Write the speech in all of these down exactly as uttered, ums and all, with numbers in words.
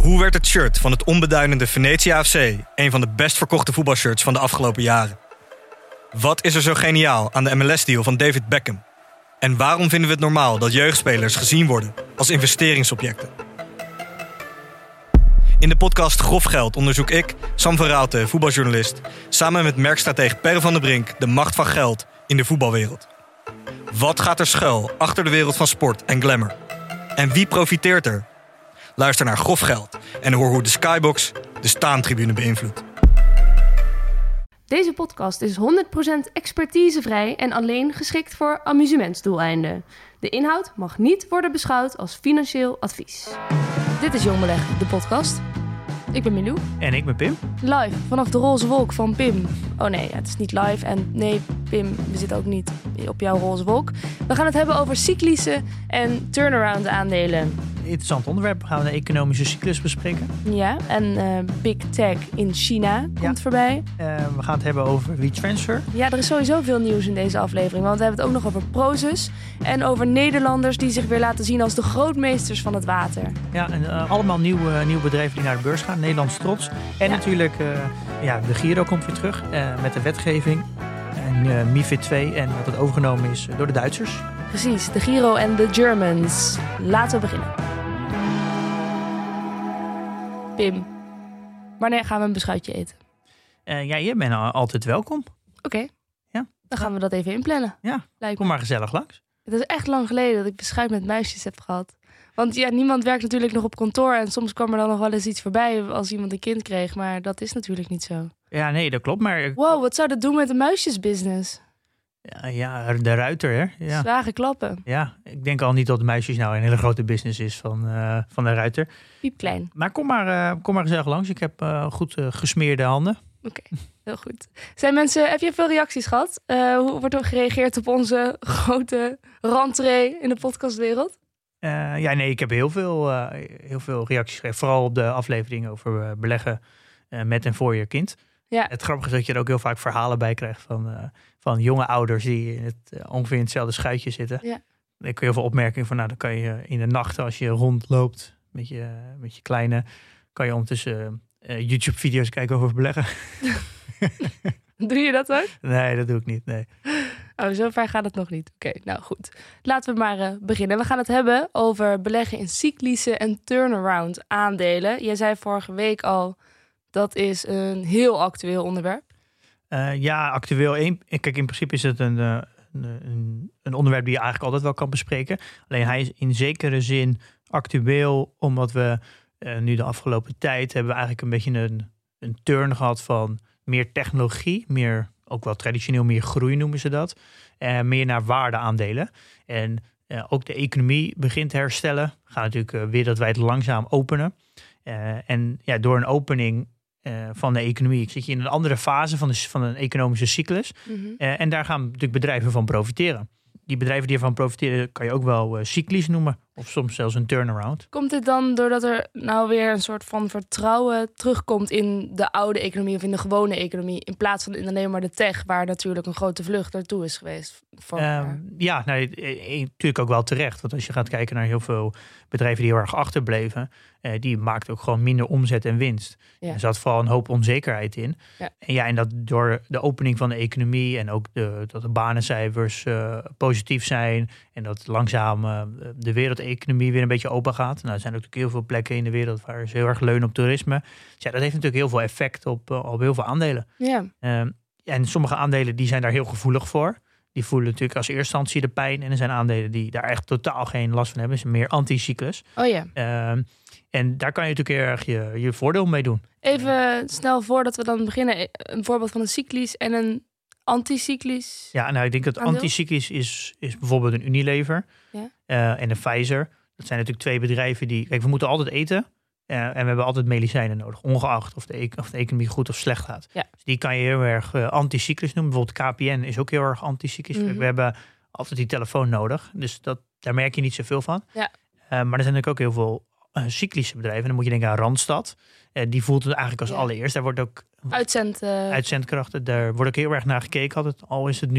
Hoe werd het shirt van het onbeduidende Venetia F C een van de best verkochte voetbalshirts van de afgelopen jaren? Wat is er zo geniaal aan de M L S-deal van David Beckham? En waarom vinden we het normaal dat jeugdspelers gezien worden als investeringsobjecten? In de podcast Grof Geld onderzoek ik, Sam van Raalte, voetbaljournalist, samen met merkstratege Per van der Brink de macht van geld in de voetbalwereld. Wat gaat er schuil achter de wereld van sport en glamour? En wie profiteert er? Luister naar Grof Geld en hoor hoe de Skybox de staantribune beïnvloedt. Deze podcast is honderd procent expertisevrij en alleen geschikt voor amusementsdoeleinden. De inhoud mag niet worden beschouwd als financieel advies. Dit is Jong Beleg, de podcast. Ik ben Milou. En ik ben Pim. Live vanaf de roze wolk van Pim. Oh nee, het is niet live. En nee, Pim, we zitten ook niet op jouw roze wolk. We gaan het hebben over cyclische en turnaround aandelen. Interessant onderwerp. Gaan we de economische cyclus bespreken. Ja, en uh, Big Tech in China komt ja. voorbij. Uh, we gaan het hebben over WeTransfer. Ja, er is sowieso veel nieuws in deze aflevering. Want we hebben het ook nog over Prosus. En over Nederlanders die zich weer laten zien als de grootmeesters van het water. Ja, en uh, allemaal nieuwe, nieuwe bedrijven die naar de beurs gaan. Nederlands trots. En ja. natuurlijk, uh, ja, de Giro komt weer terug uh, met de wetgeving. En uh, MiFID twee en dat het overgenomen is door de Duitsers. Precies, de Giro en de Germans. Laten we beginnen. Pim, wanneer gaan we een beschuitje eten? Uh, ja, je bent altijd welkom. Oké, okay. ja. Dan gaan we dat even inplannen. Ja, lijkt kom maar gezellig langs. Het is echt lang geleden dat ik beschuit met muisjes heb gehad. Want ja, niemand werkt natuurlijk nog op kantoor. En soms kwam er dan nog wel eens iets voorbij als iemand een kind kreeg. Maar dat is natuurlijk niet zo. Ja, nee, dat klopt. Maar... Wow, wat zou dat doen met de muisjesbusiness? Ja, ja, de ruiter, hè? Ja. Zware klappen. Ja, ik denk al niet dat de muisjes nou een hele grote business is van, uh, van de ruiter. Piepklein. Maar kom maar, uh, kom maar gezellig langs. Ik heb uh, goed uh, gesmeerde handen. Oké, okay, heel goed. Zijn mensen, heb je veel reacties gehad? Uh, hoe wordt er gereageerd op onze grote rentree in de podcastwereld? Uh, ja, nee, ik heb heel veel, uh, heel veel reacties gegeven. Vooral op de aflevering over uh, beleggen uh, met en voor je kind. Ja. Het grappige is dat je er ook heel vaak verhalen bij krijgt van, uh, van jonge ouders die in het, uh, ongeveer in hetzelfde schuitje zitten. Ja. Dan kun je heel veel opmerkingen van, nou, dan kan je in de nacht als je rondloopt met je, met je kleine, kan je ondertussen uh, YouTube-video's kijken over beleggen. Doe je dat ook? Nee, dat doe ik niet, nee. Oh, zover gaat het nog niet. Oké, okay, nou goed. Laten we maar uh, beginnen. We gaan het hebben over beleggen in cyclische en turnaround aandelen. Jij zei vorige week al, dat is een heel actueel onderwerp. Uh, ja, actueel. Een, kijk, in principe is het een, uh, een, een onderwerp die je eigenlijk altijd wel kan bespreken. Alleen hij is in zekere zin actueel, omdat we uh, nu de afgelopen tijd hebben we eigenlijk een beetje een, een turn gehad van meer technologie, meer ook wel traditioneel meer groei noemen ze dat. Uh, meer naar waardeaandelen. En uh, ook de economie begint te herstellen. We gaan natuurlijk uh, wereldwijd langzaam openen. Uh, en ja, door een opening uh, van de economie zit je in een andere fase van, de, van een economische cyclus. Mm-hmm. Uh, en daar gaan natuurlijk bedrijven van profiteren. Die bedrijven die ervan profiteren kan je ook wel uh, cyclisch noemen. Of soms zelfs een turnaround. Komt dit dan doordat er nou weer een soort van vertrouwen terugkomt in de oude economie of in de gewone economie, in plaats van in alleen maar de tech, waar natuurlijk een grote vlucht naartoe is geweest? Voor um, ja, nou, natuurlijk ook wel terecht. Want als je gaat kijken naar heel veel bedrijven die heel erg achterbleven, eh, die maakten ook gewoon minder omzet en winst. Ja. Er zat vooral een hoop onzekerheid in. Ja. En ja, en dat door de opening van de economie en ook de, dat de banencijfers uh, positief zijn en dat langzaam uh, de wereldeconomie weer een beetje open gaat. Nou, er zijn ook heel veel plekken in de wereld waar ze heel erg leunen op toerisme. Dus ja, dat heeft natuurlijk heel veel effect op, uh, op heel veel aandelen. Ja. Um, en sommige aandelen die zijn daar heel gevoelig voor. Die voelen natuurlijk als eerste instantie de pijn. En er zijn aandelen die daar echt totaal geen last van hebben. Het is meer anticyclus. Oh ja. Um, en daar kan je natuurlijk heel erg je, je voordeel mee doen. Even snel voordat we dan beginnen. Een voorbeeld van een cyclisch en een anticyclisch. Ja, nou ik denk dat aandeel? anticyclisch is, is bijvoorbeeld een Unilever. Ja. Uh, en een Pfizer. Dat zijn natuurlijk twee bedrijven die... Kijk, we moeten altijd eten. Uh, en we hebben altijd medicijnen nodig. Ongeacht of de, of de economie goed of slecht gaat. Ja. Dus die kan je heel erg uh, anticyclisch noemen. Bijvoorbeeld K P N is ook heel erg anticyclisch. Mm-hmm. We hebben altijd die telefoon nodig. Dus dat, daar merk je niet zoveel van. Ja. Uh, maar er zijn natuurlijk ook heel veel uh, cyclische bedrijven. En dan moet je denken aan Randstad. Uh, die voelt het eigenlijk als ja. allereerst. Daar wordt ook... Uitzend, uh... Uitzendkrachten. Daar wordt ook heel erg naar gekeken. Altijd, al is het nu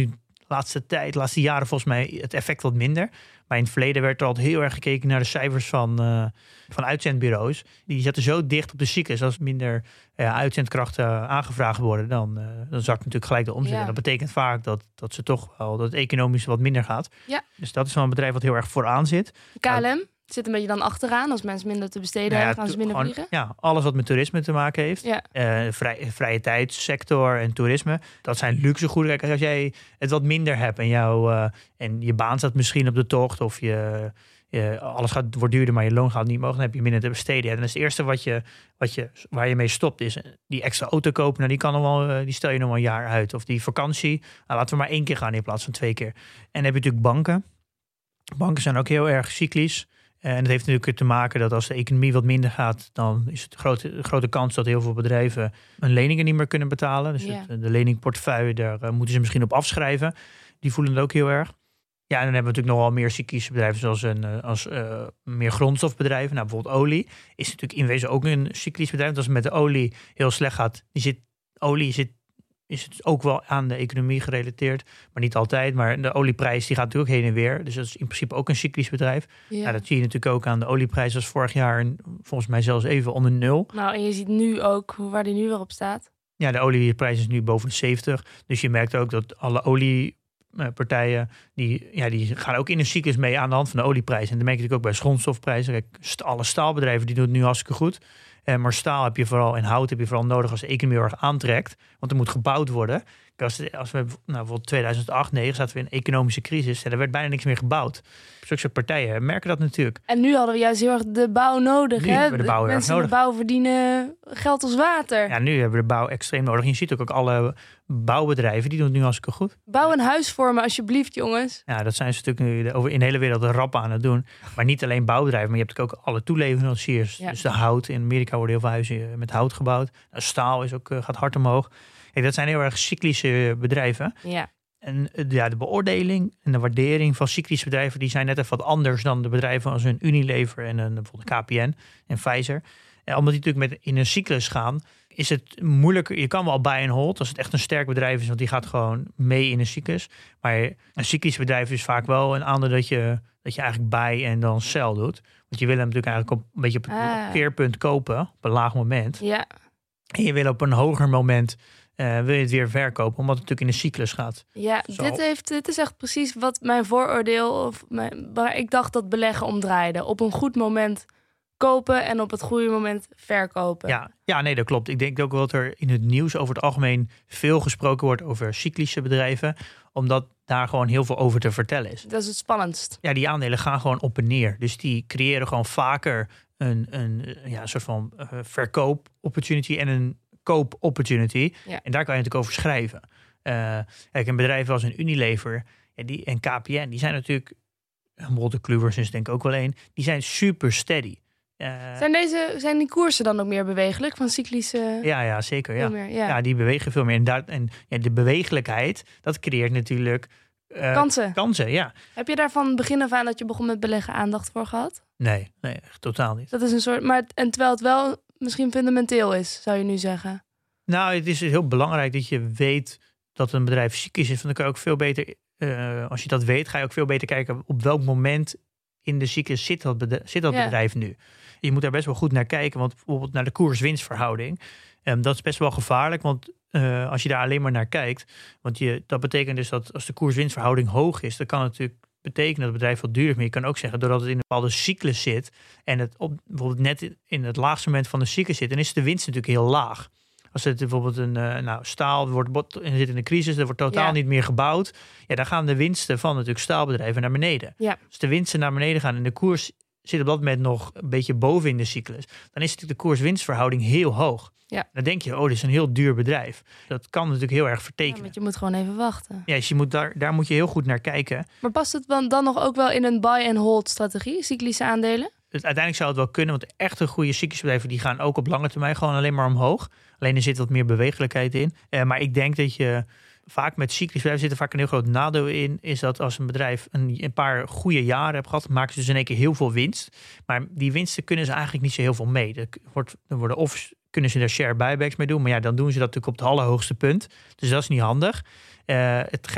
laatste tijd, de laatste jaren volgens mij het effect wat minder. Maar in het verleden werd er altijd heel erg gekeken naar de cijfers van, uh, van uitzendbureaus. Die zetten zo dicht op de cyclus. Als minder uh, uitzendkrachten aangevraagd worden, dan, uh, dan zakt natuurlijk gelijk de omzet. Ja. En dat betekent vaak dat, dat ze toch wel, dat het economisch wat minder gaat. Ja. Dus dat is wel een bedrijf wat heel erg vooraan zit. K L M zit een beetje dan achteraan. Als mensen minder te besteden nou ja, hebben, gaan ze minder gewoon, vliegen. Ja, alles wat met toerisme te maken heeft. Ja. Uh, vrij, vrije tijdssector en toerisme. Dat zijn luxe goederen. Kijk, als jij het wat minder hebt en, jou, uh, en je baan staat misschien op de tocht of je, je, alles gaat, wordt duurder, maar je loon gaat niet mogen, dan heb je minder te besteden. En dan is het eerste wat je, wat je, waar je mee stopt, is die extra auto kopen. Nou, die, kan nog wel, die stel je nog wel een jaar uit. Of die vakantie, nou, laten we maar één keer gaan in plaats van twee keer. En dan heb je natuurlijk banken. Banken zijn ook heel erg cyclisch. En dat heeft natuurlijk te maken dat als de economie wat minder gaat, dan is het een grote, grote kans dat heel veel bedrijven hun leningen niet meer kunnen betalen. Dus ja. het, de leningportefeuille, daar uh, moeten ze misschien op afschrijven. Die voelen het ook heel erg. Ja, en dan hebben we natuurlijk nogal meer cyclische bedrijven, zoals een, uh, als, uh, meer grondstofbedrijven. Nou, bijvoorbeeld olie is natuurlijk in wezen ook een cyclisch bedrijf. Want als het met de olie heel slecht gaat, die zit, olie zit is het ook wel aan de economie gerelateerd. Maar niet altijd. Maar de olieprijs die gaat natuurlijk heen en weer. Dus dat is in principe ook een cyclisch bedrijf. Ja. Nou, dat zie je natuurlijk ook aan de olieprijs. Dat is vorig jaar volgens mij zelfs even onder nul. Nou, en je ziet nu ook waar die nu weer op staat. Ja, de olieprijs is nu boven de zeventig. Dus je merkt ook dat alle oliepartijen, die, ja, die gaan ook in een cyclus mee aan de hand van de olieprijs. En dat merk je natuurlijk ook bij grondstofprijzen. Kijk, alle staalbedrijven die doen het nu hartstikke goed. Uh, maar staal heb je vooral en hout heb je vooral nodig als de economie heel erg aantrekt. Want er moet gebouwd worden. Als, als we nou, bijvoorbeeld tweeduizend acht, negen zaten we in een economische crisis. En er werd bijna niks meer gebouwd. Zulke soort partijen merken dat natuurlijk. En nu hadden we juist heel erg de bouw nodig. Nu hè? hebben we de bouw heel Mensen erg in de bouw verdienen geld als water. Ja, nu hebben we de bouw extreem nodig. En je ziet ook, ook alle bouwbedrijven, die doen het nu hartstikke goed. Bouw een huis voor me alsjeblieft, jongens. Ja, dat zijn ze natuurlijk nu over in de hele wereld rap aan het doen. Maar niet alleen bouwbedrijven, maar je hebt ook alle toeleveranciers. Ja. Dus de hout. In Amerika worden heel veel huizen met hout gebouwd. Nou, staal is ook, uh, gaat hard omhoog. Kijk, dat zijn heel erg cyclische bedrijven. Ja. En uh, ja, de beoordeling en de waardering van cyclische bedrijven, die zijn net even wat anders dan de bedrijven als een Unilever en een bijvoorbeeld K P N en Pfizer. En omdat die natuurlijk met in een cyclus gaan, is het moeilijker. Je kan wel buy and hold als het echt een sterk bedrijf is, want die gaat gewoon mee in een cyclus. Maar een cyclisch bedrijf is vaak wel een aandeel dat je, dat je eigenlijk buy en dan sell doet. Want je wil hem natuurlijk eigenlijk op een beetje op het ah. keerpunt kopen, op een laag moment. Ja. En je wil op een hoger moment Uh, wil je het weer verkopen, omdat het natuurlijk in een cyclus gaat. Ja, dit, heeft, dit is echt precies wat mijn vooroordeel, of mijn, waar ik dacht dat beleggen om draaide. Op een goed moment kopen en op het goede moment verkopen. Ja, ja, nee, dat klopt. Ik denk ook wel dat er in het nieuws over het algemeen veel gesproken wordt over cyclische bedrijven, omdat daar gewoon heel veel over te vertellen is. Dat is het spannendst. Ja, die aandelen gaan gewoon op en neer. Dus die creëren gewoon vaker een, een, ja, een soort van uh, verkoop-opportunity en een koop-opportunity. Ja. En daar kan je natuurlijk over schrijven. Uh, kijk, een bedrijf als een Unilever ja, die, en K P N, die zijn natuurlijk, Wolters Kluwer is denk ik ook wel één, die zijn super steady. Uh, zijn, deze, zijn die koersen dan ook meer bewegelijk van cyclische? Ja, ja zeker. Ja. Meer, ja. ja, die bewegen veel meer. En, daar, en ja, de bewegelijkheid, dat creëert natuurlijk uh, kansen. kansen. Ja. Heb je daar van begin af aan dat je begon met beleggen aandacht voor gehad? Nee, nee, echt totaal niet. Dat is een soort, maar en terwijl het wel misschien fundamenteel is, zou je nu zeggen? Nou, het is heel belangrijk dat je weet dat een bedrijf cyclisch is. Want dan kan je ook veel beter, uh, als je dat weet, ga je ook veel beter kijken op welk moment in de cyclus zit dat bedrijf, zit dat ja. bedrijf nu. Je moet daar best wel goed naar kijken, want bijvoorbeeld naar de koers-winstverhouding. Um, dat is best wel gevaarlijk, want uh, als je daar alleen maar naar kijkt, want je, dat betekent dus dat als de koers-winstverhouding hoog is, dan kan het natuurlijk betekenen dat het bedrijf wat duur is. Maar je kan ook zeggen, doordat het in een bepaalde cyclus zit en het op, bijvoorbeeld net in het laagste moment van de cyclus zit, dan is de winst natuurlijk heel laag. Als het bijvoorbeeld een uh, nou, staal wordt en zit in een crisis, er wordt totaal ja. niet meer gebouwd. Ja, dan gaan de winsten van natuurlijk staalbedrijven naar beneden. Ja. Als de winsten naar beneden gaan en de koers zit op dat moment nog een beetje boven in de cyclus, dan is natuurlijk de koers-winstverhouding heel hoog. Ja. Dan denk je, oh, dit is een heel duur bedrijf. Dat kan natuurlijk heel erg vertekenen. Ja, want je moet gewoon even wachten. Ja, dus je moet daar, daar moet je heel goed naar kijken. Maar past het dan, dan nog ook wel in een buy-and-hold strategie, cyclische aandelen? Dus uiteindelijk zou het wel kunnen, want echte goede cyclische bedrijven die gaan ook op lange termijn gewoon alleen maar omhoog. Alleen er zit wat meer bewegelijkheid in. Uh, maar ik denk dat je vaak met cyclische bedrijven zit er vaak een heel groot nadeel in, is dat als een bedrijf een, een paar goede jaren heeft gehad, maken ze dus in één keer heel veel winst. Maar die winsten kunnen ze eigenlijk niet zo heel veel mee. Er, wordt, er worden of kunnen ze er share buybacks mee doen, maar ja, dan doen ze dat natuurlijk op het allerhoogste punt. Dus dat is niet handig. Uh, het geldt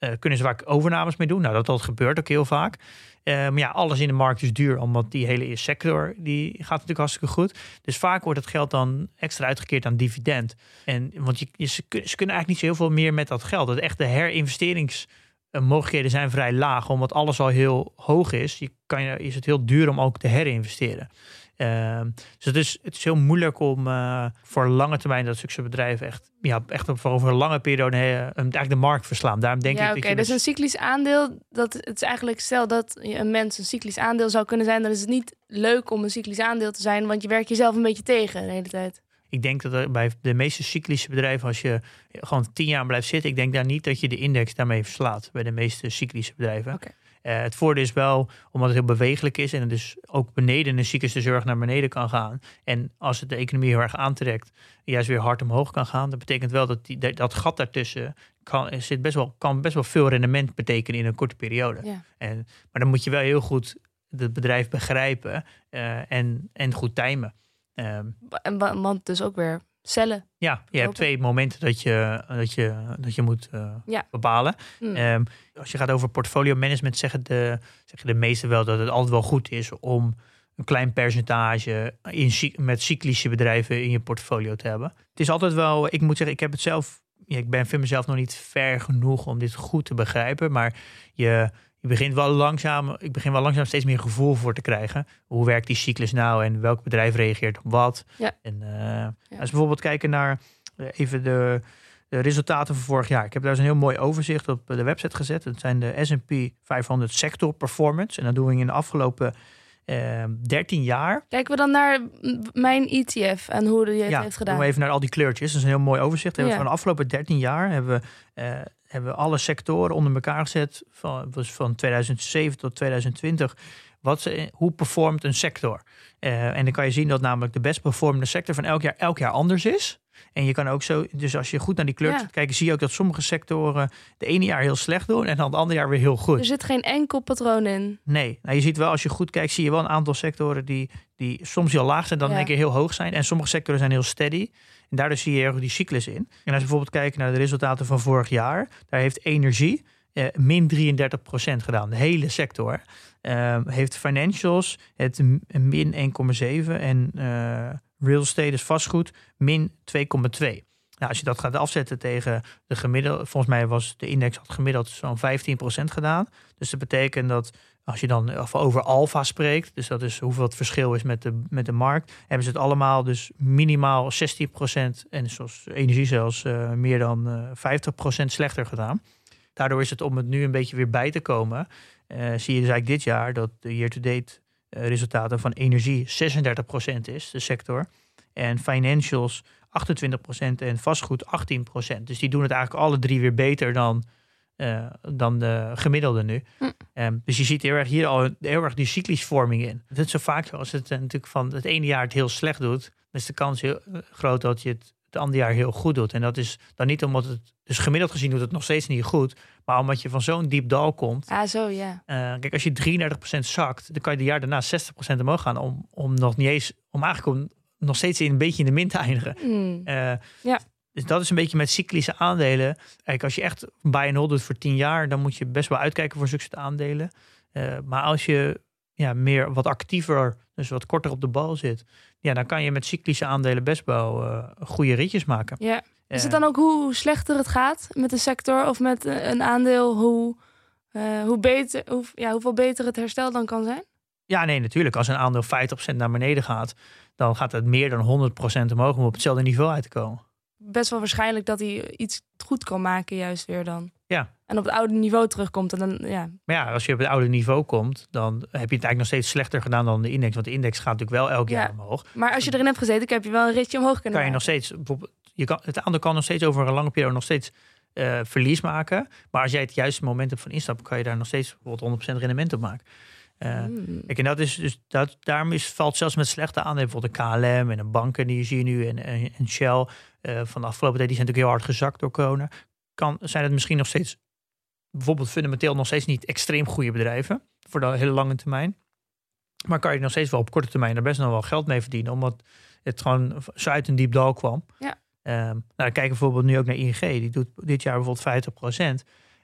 uh, kunnen ze vaak overnames mee doen. Nou, dat, dat gebeurt ook heel vaak. Uh, maar ja, alles in de markt is duur, omdat die hele sector die gaat natuurlijk hartstikke goed. Dus vaak wordt het geld dan extra uitgekeerd aan dividend. En, want je, je, ze, kunnen, ze kunnen eigenlijk niet zo heel veel meer met dat geld. Dat echt de herinvesteringsmogelijkheden zijn vrij laag, omdat alles al heel hoog is. Je kan, is het heel duur om ook te herinvesteren. Uh, dus het is, het is heel moeilijk om uh, voor lange termijn dat zulke bedrijven echt, ja, echt op, over een lange periode he, eigenlijk de markt verslaan. Daarom denk ja, ik oké. dat je Dus met... een cyclisch aandeel, dat het is eigenlijk, stel dat een mens een cyclisch aandeel zou kunnen zijn, dan is het niet leuk om een cyclisch aandeel te zijn, want je werkt jezelf een beetje tegen de hele tijd. Ik denk dat er bij de meeste cyclische bedrijven, als je gewoon tien jaar blijft zitten, ik denk daar niet dat je de index daarmee verslaat bij de meeste cyclische bedrijven. Okay. Uh, het voordeel is wel, omdat het heel bewegelijk is en het dus ook beneden een cyclische zorg naar beneden kan gaan. En als het de economie heel erg aantrekt, juist weer hard omhoog kan gaan. Dat betekent wel dat die, dat gat daartussen kan, zit best wel, kan best wel veel rendement betekenen in een korte periode. Ja. En, maar dan moet je wel heel goed het bedrijf begrijpen uh, en, en goed timen. Um, en, want dus ook weer cellen. Ja, je hebt twee momenten dat je, dat je, dat je moet uh, ja. bepalen. Mm. Um, als je gaat over portfolio management, zeggen de, zeggen de meesten wel dat het altijd wel goed is om een klein percentage in, met cyclische bedrijven in je portfolio te hebben. Het is altijd wel, ik moet zeggen, ik heb het zelf, ja, ik ben voor mezelf nog niet ver genoeg om dit goed te begrijpen, maar je... Je begint wel langzaam, ik begin wel langzaam steeds meer gevoel voor te krijgen. Hoe werkt die cyclus nou en welk bedrijf reageert op wat? Ja. En uh, ja. Als we bijvoorbeeld kijken naar uh, even de, de resultaten van vorig jaar. Ik heb daar eens een heel mooi overzicht op de website gezet. Het zijn de S en P vijfhonderd sector performance. En dat doen we in de afgelopen uh, dertien jaar. Kijken we dan naar mijn E T F en hoe die het ja, heeft gedaan? Ja, doen we even naar al die kleurtjes. Dat is een heel mooi overzicht. Ja. Van de afgelopen dertien jaar hebben we... Uh, hebben we alle sectoren onder elkaar gezet, van, dus van tweeduizend zeven tot tweeduizend twintig. Wat ze, hoe performt een sector? Uh, en dan kan je zien dat namelijk de best performende sector van elk jaar elk jaar anders is. En je kan ook zo, dus als je goed naar die kleur ja. kijkt, zie je ook dat sommige sectoren de ene jaar heel slecht doen en dan het andere jaar weer heel goed. Er zit geen enkel patroon in. Nee, nou, je ziet wel, als je goed kijkt, zie je wel een aantal sectoren die, die soms heel laag zijn, dan ja. een keer heel hoog zijn. En sommige sectoren zijn heel steady. En daardoor zie je erg die cyclus in. En als je bijvoorbeeld kijkt naar de resultaten van vorig jaar, daar heeft energie eh, min drieëndertig procent gedaan. De hele sector. Uh, heeft financials het min één komma zeven en uh, real estate is vastgoed min twee komma twee. Nou, als je dat gaat afzetten tegen de gemiddelde, volgens mij was de index had gemiddeld zo'n vijftien procent gedaan. Dus dat betekent dat als je dan over alfa spreekt, dus dat is hoeveel het verschil is met de, met de markt, hebben ze het allemaal dus minimaal zestien procent en zoals energie zelfs uh, meer dan uh, vijftig procent slechter gedaan. Daardoor is het, om het nu een beetje weer bij te komen, uh, zie je dus eigenlijk dit jaar dat de year-to-date uh, resultaten van energie zesendertig procent is, de sector. En financials achtentwintig procent en vastgoed achttien procent. Dus die doen het eigenlijk alle drie weer beter dan, uh, dan de gemiddelde nu. Hm. Um, dus je ziet heel erg hier al heel erg die cyclisvorming in. Dat is zo vaak zo. Als het uh, natuurlijk van het ene jaar het heel slecht doet, dan is de kans heel uh, groot dat je het het andere jaar heel goed doet. En dat is dan niet omdat het, dus gemiddeld gezien doet het nog steeds niet goed, maar omdat je van zo'n diep dal komt. Ah, zo, ja. Uh, kijk, als je drieëndertig procent zakt, dan kan je de jaar daarna zestig procent omhoog gaan om, om nog niet eens, om eigenlijk om nog steeds in een beetje in de min te eindigen. Mm. Uh, ja. Dus dat is een beetje met cyclische aandelen. Kijk, als je echt buy and hold doet voor tien jaar, dan moet je best wel uitkijken voor zulke aandelen. Uh, maar als je ja, meer wat actiever, dus wat korter op de bal zit, ja, dan kan je met cyclische aandelen best wel uh, goede ritjes maken. Ja. Is het dan ook hoe slechter het gaat met een sector of met een aandeel, hoe, uh, hoe beter, hoe, ja, hoeveel beter het herstel dan kan zijn? Ja, nee, natuurlijk. Als een aandeel vijftig procent naar beneden gaat, dan gaat het meer dan honderd procent omhoog om op hetzelfde niveau uit te komen. Best wel waarschijnlijk dat hij iets goed kan maken juist weer dan. Ja. En op het oude niveau terugkomt. En dan, ja. Maar ja, als je op het oude niveau komt, dan heb je het eigenlijk nog steeds slechter gedaan dan de index. Want de index gaat natuurlijk wel elk jaar ja. omhoog. Maar als je erin hebt gezeten, heb je wel een ritje omhoog kunnen kan je maken. nog steeds, je kan, het aandeel kan nog steeds over een lange periode nog steeds uh, verlies maken. Maar als jij het juiste moment hebt van instappen, kan je daar nog steeds bijvoorbeeld honderd procent rendement op maken. Uh, mm. Kijk, en dat is dus dat, daarom is, valt zelfs met slechte aandelen, bijvoorbeeld de K L M en de banken die je ziet nu en, en, en Shell uh, van de afgelopen tijd, die zijn natuurlijk heel hard gezakt door corona. Kan, zijn het misschien nog steeds, bijvoorbeeld fundamenteel nog steeds niet extreem goede bedrijven voor de hele lange termijn. Maar kan je nog steeds wel op korte termijn er best nog wel geld mee verdienen, omdat het gewoon zo uit een diep dal kwam. Ja. Um, nou, dan kijken we bijvoorbeeld nu ook naar I N G. Die doet dit jaar bijvoorbeeld vijftig procent.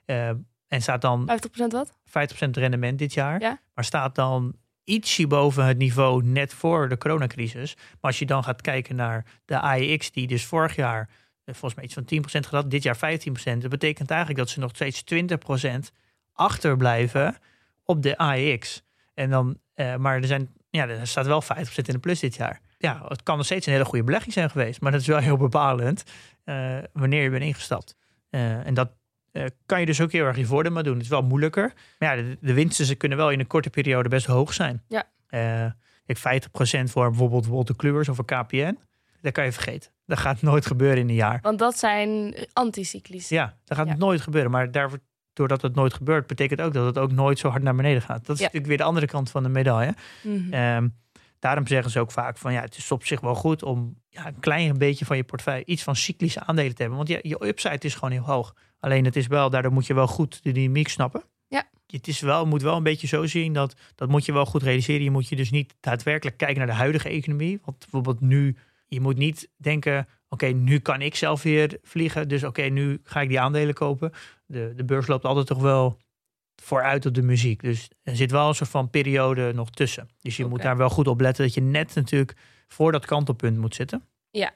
Uh, en staat dan vijftig procent wat? vijftig procent rendement dit jaar. Ja? Maar staat dan ietsje boven het niveau net voor de coronacrisis. Maar als je dan gaat kijken naar de A E X, die dus vorig jaar volgens mij iets van tien procent gehad, dit jaar vijftien procent. Dat betekent eigenlijk dat ze nog steeds twintig procent achterblijven op de A E X. En dan, uh, maar er, zijn, ja, er staat wel vijftig procent in de plus dit jaar. Ja, het kan nog steeds een hele goede belegging zijn geweest. Maar dat is wel heel bepalend uh, wanneer je bent ingestapt. Uh, en dat uh, kan je dus ook heel erg je voordeel maar doen. Het is wel moeilijker. Maar ja, de, de winsten ze kunnen wel in een korte periode best hoog zijn. Ja. Uh, ik vijftig procent voor bijvoorbeeld Wolters Kluwers of een K P N. Dat kan je vergeten. Dat gaat nooit gebeuren in een jaar. Want dat zijn anticyclisch. Ja, dat gaat ja. nooit gebeuren. Maar daarvoor, doordat het nooit gebeurt, betekent ook dat het ook nooit zo hard naar beneden gaat. Dat is ja. natuurlijk weer de andere kant van de medaille. Mm-hmm. Um, daarom zeggen ze ook vaak van ja, het is op zich wel goed om ja, een klein beetje van je portefeuille iets van cyclische aandelen te hebben. Want ja, je upside is gewoon heel hoog. Alleen het is wel, daardoor moet je wel goed de dynamiek snappen. Ja. Het is wel, moet wel een beetje zo zien dat dat moet je wel goed realiseren. Je moet je dus niet daadwerkelijk kijken naar de huidige economie. Want bijvoorbeeld nu, je moet niet denken, oké, okay, nu kan ik zelf weer vliegen. Dus oké, okay, nu ga ik die aandelen kopen. De, de beurs loopt altijd toch wel vooruit op de muziek. Dus er zit wel een soort van periode nog tussen. Dus je okay. moet daar wel goed op letten dat je net natuurlijk voor dat kantelpunt moet zitten. Ja.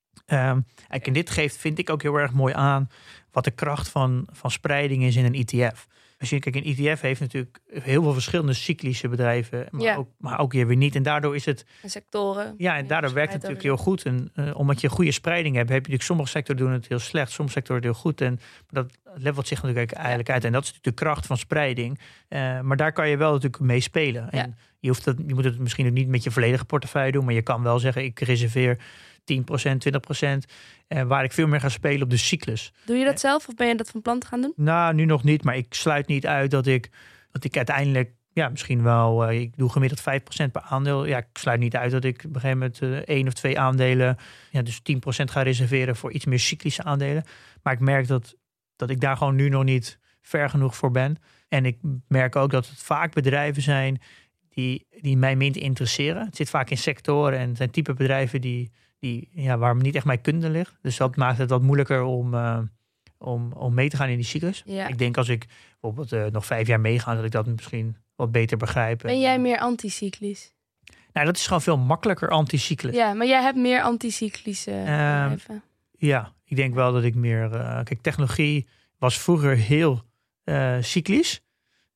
Um, en dit geeft, vind ik ook heel erg mooi aan wat de kracht van, van spreiding is in een E T F. Als je kijkt, een E T F heeft natuurlijk heel veel verschillende cyclische bedrijven, maar, ja. ook, maar ook weer niet. En daardoor is het... En sectoren. Ja, en daardoor werkt het natuurlijk heel goed. En uh, omdat je goede spreiding hebt, heb je natuurlijk sommige sectoren doen het heel slecht, sommige sectoren heel goed. En dat levelt zich natuurlijk eigenlijk uit. En dat is natuurlijk de kracht van spreiding. Uh, maar daar kan je wel natuurlijk mee spelen. En ja. je, hoeft dat, je moet het misschien ook niet met je volledige portefeuille doen, maar je kan wel zeggen, ik reserveer tien procent, twintig procent, eh, waar ik veel meer ga spelen op de cyclus. Doe je dat zelf of ben je dat van plan te gaan doen? Nou, nu nog niet, maar ik sluit niet uit dat ik, dat ik uiteindelijk, ja, misschien wel, uh, ik doe gemiddeld vijf procent per aandeel. Ja, ik sluit niet uit dat ik op een gegeven moment uh, één of twee aandelen, ja, dus tien procent ga reserveren voor iets meer cyclische aandelen. Maar ik merk dat, dat ik daar gewoon nu nog niet ver genoeg voor ben. En ik merk ook dat het vaak bedrijven zijn die, die mij minder interesseren. Het zit vaak in sectoren en het zijn type bedrijven die Die, ja, waar niet echt mijn kunde ligt. Dus dat maakt het wat moeilijker om, uh, om, om mee te gaan in die cyclus. Ja. Ik denk als ik bijvoorbeeld uh, nog vijf jaar meega, dat ik dat misschien wat beter begrijp. Ben jij meer anticyclisch? Nou, dat is gewoon veel makkelijker anticyclisch. Ja, maar jij hebt meer anticyclische uh, bedrijven. Ja, ik denk wel dat ik meer... Uh, kijk, technologie was vroeger heel uh, cyclisch.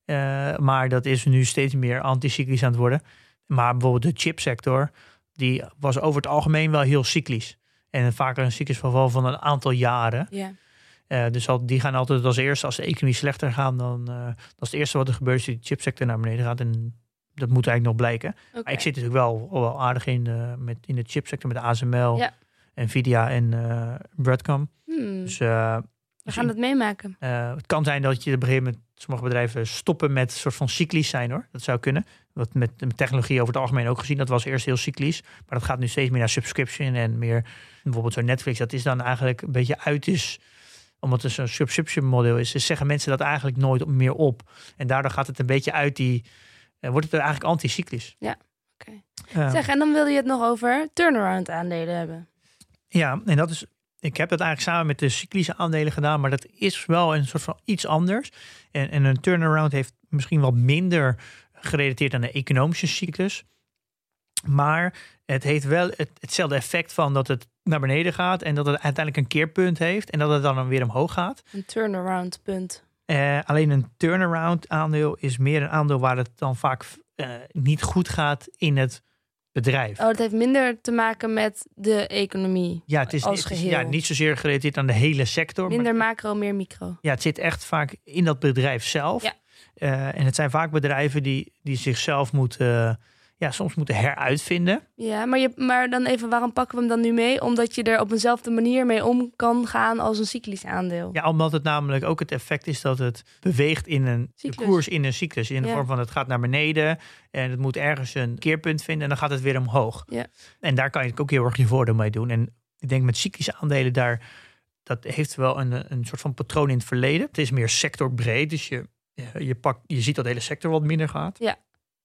Uh, maar dat is nu steeds meer anticyclisch aan het worden. Maar bijvoorbeeld de chipsector, die was over het algemeen wel heel cyclisch. En vaak een cyclisch verval van een aantal jaren. Ja. Uh, dus al, die gaan altijd als eerste, als de economie slechter gaat, dan uh, dat is het eerste wat er gebeurt, is dat de chipsector naar beneden gaat. En dat moet eigenlijk nog blijken. Okay. Maar ik zit natuurlijk wel, wel aardig in de, met, in de chipsector met A S M L, ja. Nvidia en uh, Broadcom. Hmm. Dus, uh, we gaan het meemaken. Uh, het kan zijn dat je op een gegeven moment sommige bedrijven stoppen met een soort van cyclisch zijn, hoor. Dat zou kunnen. Wat met, met technologie over het algemeen ook gezien. Dat was eerst heel cyclisch. Maar dat gaat nu steeds meer naar subscription en meer bijvoorbeeld zo'n Netflix. Dat is dan eigenlijk een beetje uit is, omdat het zo'n subscription model is. Dus zeggen mensen dat eigenlijk nooit meer op. En daardoor gaat het een beetje uit die, uh, wordt het er eigenlijk anticyclisch. Ja, oké. Okay. Uh, zeg, en dan wil je het nog over turnaround aandelen hebben. Ja, en dat is... Ik heb dat eigenlijk samen met de cyclische aandelen gedaan, maar dat is wel een soort van iets anders. En, en een turnaround heeft misschien wat minder gerelateerd aan de economische cyclus. Maar het heeft wel het, hetzelfde effect van dat het naar beneden gaat en dat het uiteindelijk een keerpunt heeft en dat het dan weer omhoog gaat. Een turnaround punt. Uh, alleen een turnaround aandeel is meer een aandeel waar het dan vaak uh, niet goed gaat in het bedrijf. Oh, dat heeft minder te maken met de economie. Ja, het is, als het is geheel. Ja, niet zozeer gerelateerd aan de hele sector. Minder maar, macro, meer micro. Ja, het zit echt vaak in dat bedrijf zelf. Ja. Uh, en het zijn vaak bedrijven die, die zichzelf moeten, uh, ja, soms moeten heruitvinden. Ja, maar, je, maar dan even, waarom pakken we hem dan nu mee? Omdat je er op eenzelfde manier mee om kan gaan als een cyclisch aandeel. Ja, omdat het namelijk ook het effect is dat het beweegt in een de koers in een cyclus. In de ja. vorm van het gaat naar beneden en het moet ergens een keerpunt vinden en dan gaat het weer omhoog. Ja. En daar kan je ook heel erg je voordeel mee doen. En ik denk met cyclische aandelen daar, dat heeft wel een, een soort van patroon in het verleden. Het is meer sectorbreed, dus je, je, pakt, je ziet dat de hele sector wat minder gaat. Ja.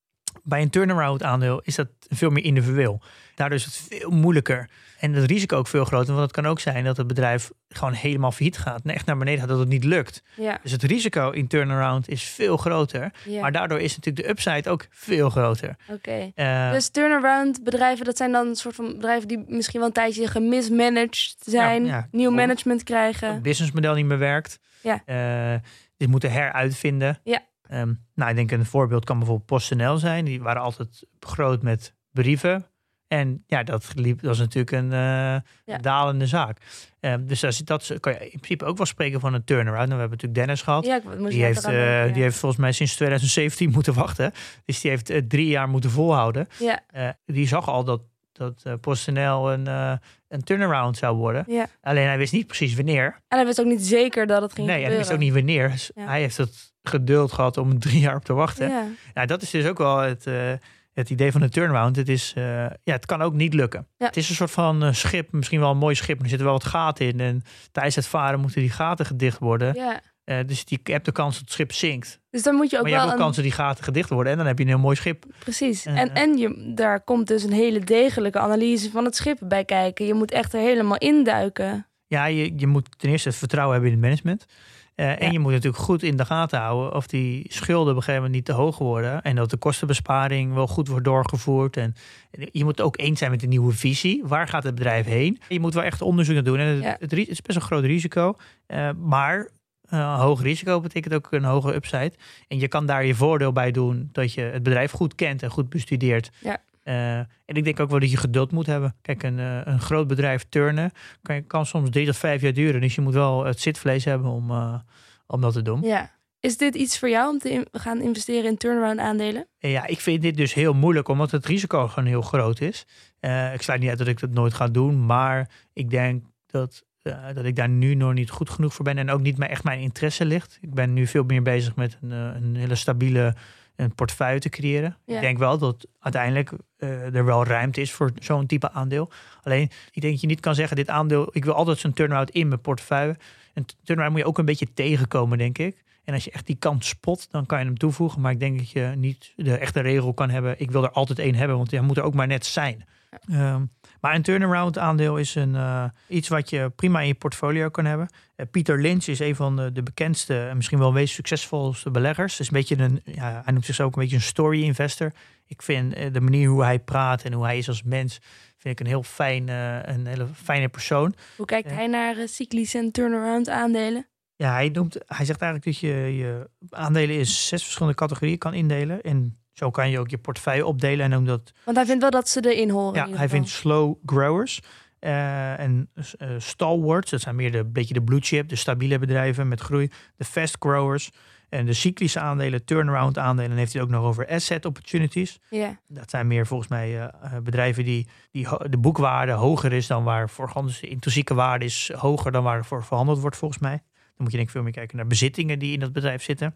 bij een turnaround aandeel is dat veel meer individueel. Daardoor is het veel moeilijker. En het risico ook veel groter. Want het kan ook zijn dat het bedrijf gewoon helemaal failliet gaat. En echt naar beneden gaat, dat het niet lukt. Ja. Dus het risico in turnaround is veel groter. Ja. Maar daardoor is natuurlijk de upside ook veel groter. Oké. Okay. Uh, dus turnaround bedrijven, dat zijn dan een soort van bedrijven die misschien wel een tijdje gemismanaged zijn. Ja, ja. Nieuw management krijgen. Het businessmodel niet meer werkt. Ja. Uh, die moeten heruitvinden. Ja. Um, nou, ik denk een voorbeeld kan bijvoorbeeld PostNL zijn. Die waren altijd groot met brieven. En ja, dat liep, dat was natuurlijk een uh, ja. dalende zaak. Um, dus dat, dat kan je in principe ook wel spreken van een turnaround. Nou, we hebben natuurlijk Dennis gehad. Ja, die, heeft, uh, ja. die heeft volgens mij sinds twintig zeventien moeten wachten. Dus die heeft uh, drie jaar moeten volhouden. Ja. Uh, die zag al dat, dat uh, PostNL een, uh, een turnaround zou worden. Ja. Alleen hij wist niet precies wanneer. En hij wist ook niet zeker dat het ging nee, gebeuren. Nee, en hij wist ook niet wanneer. Dus ja. Hij heeft het geduld gehad om drie jaar op te wachten. Ja. Nou, dat is dus ook wel het... Uh, Het idee van een turnaround, het, is, uh, ja, het kan ook niet lukken. Ja. Het is een soort van uh, schip, misschien wel een mooi schip, maar er zitten wel wat gaten in. En tijdens het varen moeten die gaten gedicht worden. Ja. Uh, dus die, je hebt de kans dat het schip zinkt. Dus dan moet je ook maar je wel hebt ook een... kans dat die gaten gedicht worden en dan heb je een heel mooi schip. Precies. Uh, en en je, daar komt dus een hele degelijke analyse van het schip bij kijken. Je moet echt er helemaal induiken. Ja, je, je moet ten eerste het vertrouwen hebben in het management. Uh, ja. En je moet natuurlijk goed in de gaten houden of die schulden op een gegeven moment niet te hoog worden. En dat de kostenbesparing wel goed wordt doorgevoerd. En je moet ook eens zijn met de nieuwe visie. Waar gaat het bedrijf heen? Je moet wel echt onderzoek naar doen. En het, ja. het, het is best een groot risico. Uh, maar uh, hoog risico betekent ook een hoge upside. En je kan daar je voordeel bij doen dat je het bedrijf goed kent en goed bestudeert. Ja. Uh, en ik denk ook wel dat je geduld moet hebben. Kijk, een, uh, een groot bedrijf turnen kan, kan soms drie tot vijf jaar duren. Dus je moet wel het zitvlees hebben om, uh, om dat te doen. Ja. Is dit iets voor jou om te in, gaan investeren in turnaround aandelen? Ja, ik vind dit dus heel moeilijk, omdat het risico gewoon heel groot is. Uh, ik sluit niet uit dat ik dat nooit ga doen, maar ik denk dat, uh, dat ik daar nu nog niet goed genoeg voor ben en ook niet meer echt mijn interesse ligt. Ik ben nu veel meer bezig met een, uh, een hele stabiele een portefeuille te creëren. Ja. Ik denk wel dat uiteindelijk uh, er wel ruimte is voor zo'n type aandeel. Alleen, ik denk dat je niet kan zeggen, dit aandeel, ik wil altijd zo'n turnaround in mijn portefeuille. En turnaround moet je ook een beetje tegenkomen, denk ik. En als je echt die kant spot, dan kan je hem toevoegen. Maar ik denk dat je niet de echte regel kan hebben, ik wil er altijd één hebben, want hij moet er ook maar net zijn. Ja. Um, maar een turnaround aandeel is een, uh, iets wat je prima in je portfolio kan hebben. Uh, Peter Lynch is een van de, de bekendste en misschien wel meest succesvolste beleggers. Dus een beetje een, ja, hij noemt zich ook een beetje een story investor. Ik vind uh, de manier hoe hij praat en hoe hij is als mens, vind ik een heel fijn, uh, een hele fijne persoon. Hoe kijkt uh, hij naar uh, cyclische en turnaround aandelen? Ja, hij, noemt, hij zegt eigenlijk dat je je aandelen in zes verschillende categorieën kan indelen. En zo kan je ook je portefeuille opdelen. En noemt dat, want hij vindt wel dat ze erin horen. Ja, hij vindt slow growers uh, en uh, stalwarts. Dat zijn meer de beetje de blue chip, de stabiele bedrijven met groei. De fast growers en de cyclische aandelen, turnaround aandelen. En heeft hij ook nog over asset opportunities. Yeah. Dat zijn meer volgens mij uh, bedrijven die, die ho- de boekwaarde hoger is dan waar voor gehandeld is. De intrinsieke waarde is hoger dan waar voor verhandeld wordt volgens mij. Dan moet je denk ik veel meer kijken naar bezittingen die in dat bedrijf zitten.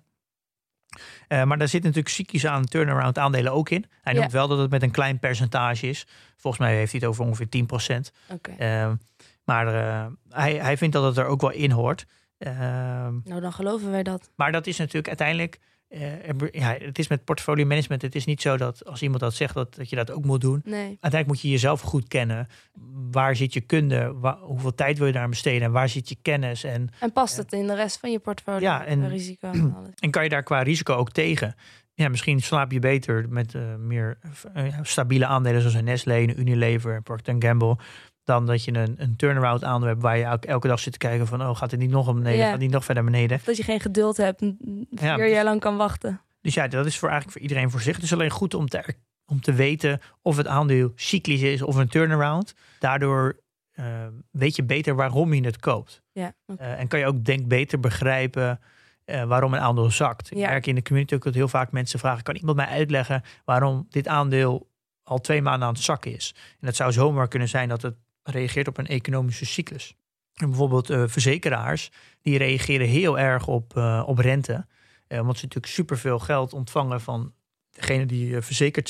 Uh, maar daar zit natuurlijk cyclisch aan turnaround aandelen ook in. Hij noemt ja. wel dat het met een klein percentage is. Volgens mij heeft hij het over ongeveer tien procent. Okay. Uh, maar uh, hij, hij vindt dat het er ook wel in hoort. Uh, nou, dan geloven wij dat. Maar dat is natuurlijk uiteindelijk... Uh, er, ja, het is met portfolio management. Het is niet zo dat als iemand dat zegt dat, dat je dat ook moet doen. Nee. Uiteindelijk moet je jezelf goed kennen. Waar zit je kunde? Waar, hoeveel tijd wil je daar besteden? En waar zit je kennis? En, en past het uh, in de rest van je portfolio? Ja, en, risico en alles. En kan je daar qua risico ook tegen? Ja, misschien slaap je beter met uh, meer uh, stabiele aandelen zoals een Nestlé, een Unilever, een Procter en Gamble. Dan dat je een, een turnaround aandeel hebt waar je elke, elke dag zit te kijken van, oh, gaat het niet nog beneden? Ja. Gaat het niet nog verder beneden? Dat je geen geduld hebt en vier ja, jaar lang kan wachten. Dus ja, dat is voor eigenlijk voor iedereen voor zich. Het is alleen goed om te, om te weten of het aandeel cyclisch is of een turnaround. Daardoor uh, weet je beter waarom je het koopt. Ja, okay. uh, en kan je ook denk beter begrijpen uh, waarom een aandeel zakt. Ik ja. merk in de community ook dat heel vaak mensen vragen, kan iemand mij uitleggen waarom dit aandeel al twee maanden aan het zakken is? En het zou zomaar kunnen zijn dat het reageert op een economische cyclus. En bijvoorbeeld uh, verzekeraars, die reageren heel erg op, uh, op rente. Uh, omdat ze natuurlijk superveel geld ontvangen van degenen die uh, verzekerd zijn.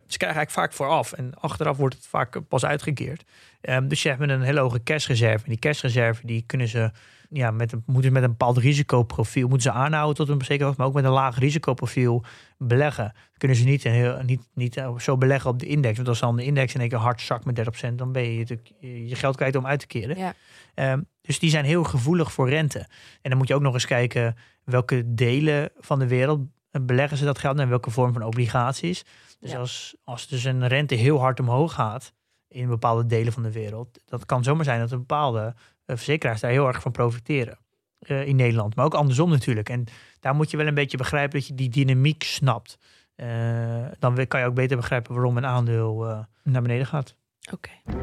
Ze krijgen eigenlijk vaak vooraf en achteraf wordt het vaak pas uitgekeerd. Um, dus je hebt een hele hoge cashreserve. En die cashreserve die kunnen ze, ja, met een, moeten ze met een bepaald risicoprofiel moeten ze aanhouden tot een zekere hoogte, maar ook met een laag risicoprofiel beleggen. Dan kunnen ze niet, heel, niet, niet zo beleggen op de index. Want als dan de index in één keer hard zakt met dertig procent, dan ben je natuurlijk je geld kwijt om uit te keren. Ja. Um, dus die zijn heel gevoelig voor rente. En dan moet je ook nog eens kijken welke delen van de wereld beleggen ze dat geld en welke vorm van obligaties. Dus ja. als, als dus een rente heel hard omhoog gaat in bepaalde delen van de wereld, dat kan zomaar zijn dat een bepaalde uh, verzekeraars daar heel erg van profiteren uh, in Nederland. Maar ook andersom natuurlijk. En daar moet je wel een beetje begrijpen dat je die dynamiek snapt. Uh, dan kan je ook beter begrijpen waarom een aandeel uh, naar beneden gaat. Oké. Okay.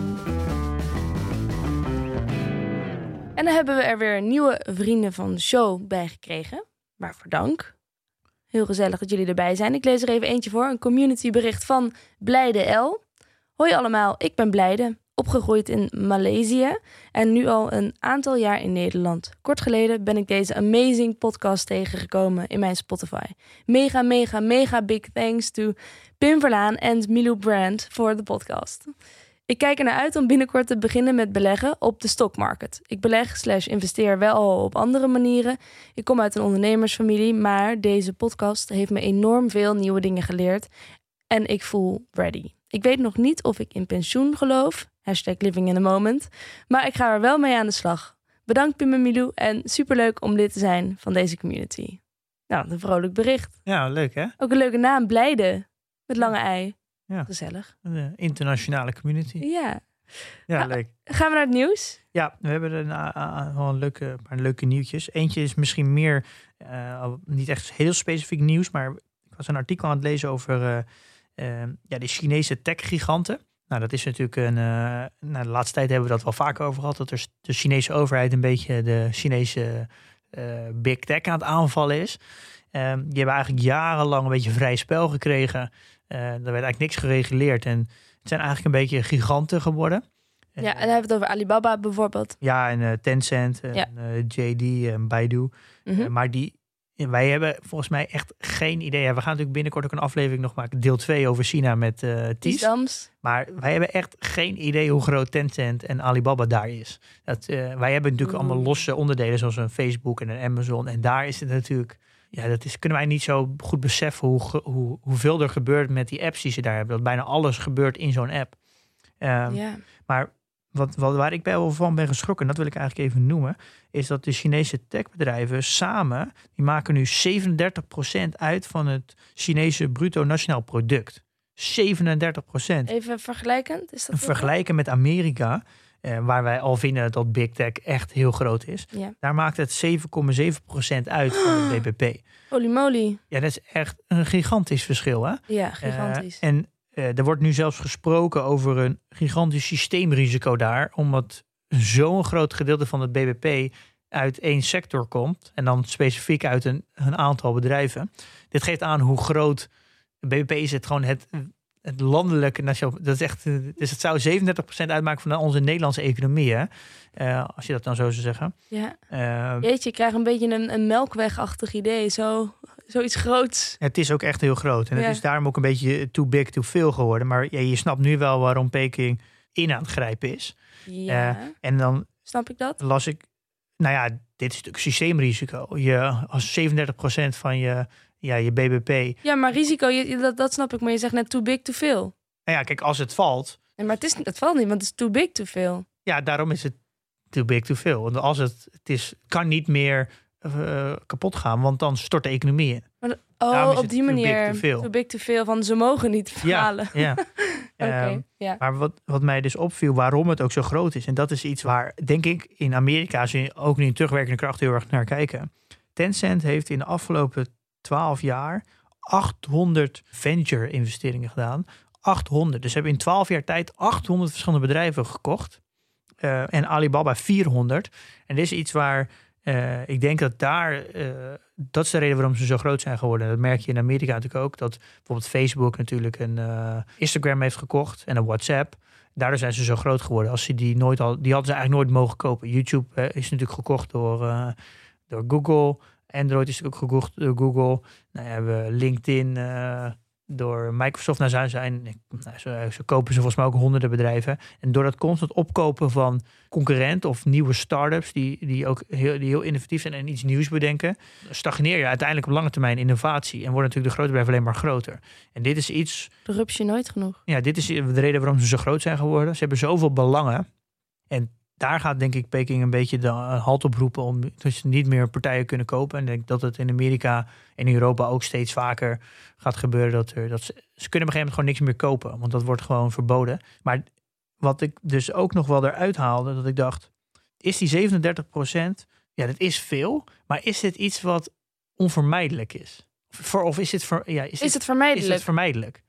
En dan hebben we er weer nieuwe vrienden van de show bij gekregen. Waarvoor dank. Heel gezellig dat jullie erbij zijn. Ik lees er even eentje voor. Een communitybericht van Blijde L. Hoi allemaal, ik ben Blijde. Opgegroeid in Maleisië en nu al een aantal jaar in Nederland. Kort geleden ben ik deze amazing podcast tegengekomen in mijn Spotify. Mega, mega, mega big thanks to Pim Verlaan en Milou Brand voor de podcast. Ik kijk er naar uit om binnenkort te beginnen met beleggen op de stockmarket. Ik beleg slash investeer wel al op andere manieren. Ik kom uit een ondernemersfamilie, maar deze podcast heeft me enorm veel nieuwe dingen geleerd. En ik voel ready. Ik weet nog niet of ik in pensioen geloof. Hashtag living in the moment. Maar ik ga er wel mee aan de slag. Bedankt Pim en Milou en superleuk om lid te zijn van deze community. Nou, een vrolijk bericht. Ja, leuk hè? Ook een leuke naam, Blijde. Met lange ei. Ja. Gezellig. Een internationale community. Ja. Ja, nou, leuk. Gaan we naar het nieuws? Ja, we hebben een, uh, wel een leuke, paar leuke nieuwtjes. Eentje is misschien meer, uh, niet echt heel specifiek nieuws, maar ik was een artikel aan het lezen over uh, uh, ja, de Chinese tech-giganten. Nou, dat is natuurlijk een, uh, nou, de laatste tijd hebben we dat wel vaker over gehad, dat er de Chinese overheid een beetje de Chinese uh, big tech aan het aanvallen is. Uh, die hebben eigenlijk jarenlang een beetje vrij spel gekregen. Uh, er werd eigenlijk niks gereguleerd en het zijn eigenlijk een beetje giganten geworden. Ja, en dan hebben we het over Alibaba bijvoorbeeld. Ja, en uh, Tencent en ja. uh, J D en Baidu. Mm-hmm. Uh, maar die, wij hebben volgens mij echt geen idee. Ja, we gaan natuurlijk binnenkort ook een aflevering nog maken. Deel twee over China met uh, Ties. Maar wij hebben echt geen idee hoe groot Tencent en Alibaba daar is. Dat, uh, wij hebben natuurlijk mm. allemaal losse onderdelen zoals een Facebook en een Amazon. En daar is het natuurlijk... Ja, dat is, kunnen wij niet zo goed beseffen hoe, hoe, hoeveel er gebeurt met die apps die ze daar hebben. Dat bijna alles gebeurt in zo'n app. Um, ja. Maar wat, wat, waar ik bij wel van ben geschrokken, dat wil ik eigenlijk even noemen, is dat de Chinese techbedrijven samen, die maken nu zevenendertig procent uit van het Chinese bruto nationaal product. zevenendertig procent. Even vergelijkend? Is dat vergelijken met Amerika, eh, waar wij al vinden dat Big Tech echt heel groot is. Ja. Daar maakt het zeven komma zeven procent uit van het B B P. Holy moly. Ja, dat is echt een gigantisch verschil, hè? Ja, gigantisch. Uh, en uh, er wordt nu zelfs gesproken over een gigantisch systeemrisico daar, omdat zo'n groot gedeelte van het B B P uit één sector komt en dan specifiek uit een, een aantal bedrijven. Dit geeft aan hoe groot het B B P is. Het gewoon het, het landelijke nationaal. Dat is echt. Dus het zou zevenendertig procent uitmaken van onze Nederlandse economie, hè? Uh, als je dat dan zo zou zeggen. Ja. Uh, Jeetje, ik krijg een beetje een, een melkwegachtig idee. Zo, zoiets groots. Het is ook echt heel groot. En ja. Het is daarom ook een beetje too big, too veel geworden. Maar ja, je snapt nu wel waarom Peking in aan het grijpen is. Ja. Uh, en dan snap ik dat? Las ik. Nou ja, dit is natuurlijk systeemrisico. Je, als zevenendertig procent van je, ja, je B B P. Ja, maar risico, je, dat, dat snap ik. Maar je zegt net too big, too veel. Nou ja, kijk, als het valt. Nee, maar het, is, het valt niet, want het is too big, too veel. Ja, daarom is het too big, too veel. Want als het, het is, kan niet meer uh, kapot gaan, want dan stort de economie in. Maar, oh, op die manier. Too big, too veel. Too big, too veel. Van ze mogen niet falen. Ja, ja. okay, um, ja. Maar wat, wat mij dus opviel, waarom het ook zo groot is. En dat is iets waar, denk ik, in Amerika ze ook nu in terugwerkende kracht heel erg naar kijken. Tencent heeft in de afgelopen twaalf jaar achthonderd venture investeringen gedaan. achthonderd. Dus ze hebben in twaalf jaar tijd achthonderd verschillende bedrijven gekocht. Uh, en Alibaba vierhonderd. En dit is iets waar uh, ik denk dat daar, uh, dat is de reden waarom ze zo groot zijn geworden. Dat merk je in Amerika natuurlijk ook. Dat bijvoorbeeld Facebook natuurlijk een uh, Instagram heeft gekocht en een WhatsApp. Daardoor zijn ze zo groot geworden. Als ze die nooit al, die hadden ze eigenlijk nooit mogen kopen. YouTube uh, is natuurlijk gekocht door, uh, door Google. Android is ook gekocht door Google. Nou ja, we LinkedIn, uh, door Microsoft. Nou, zijn, zijn, nou, ze, ze kopen ze volgens mij ook honderden bedrijven. En door dat constant opkopen van concurrenten of nieuwe start-ups die, die ook heel, die heel innovatief zijn en iets nieuws bedenken, stagneer je uiteindelijk op lange termijn innovatie. En worden natuurlijk de grote bedrijven alleen maar groter. En dit is iets... De rupsje nooit genoeg. Ja, dit is de reden waarom ze zo groot zijn geworden. Ze hebben zoveel belangen. En daar gaat denk ik Peking een beetje de halt op roepen om dat ze niet meer partijen kunnen kopen. En ik denk dat het in Amerika en in Europa ook steeds vaker gaat gebeuren. Dat er, dat ze, ze kunnen op een gegeven moment gewoon niks meer kopen. Want dat wordt gewoon verboden. Maar wat ik dus ook nog wel eruit haalde, dat ik dacht, is die zevenendertig procent, ja, dat is veel. Maar is dit iets wat onvermijdelijk is? Of, of is, het ver, ja, is, Is dit, het vermijdelijk? is het vermijdelijk?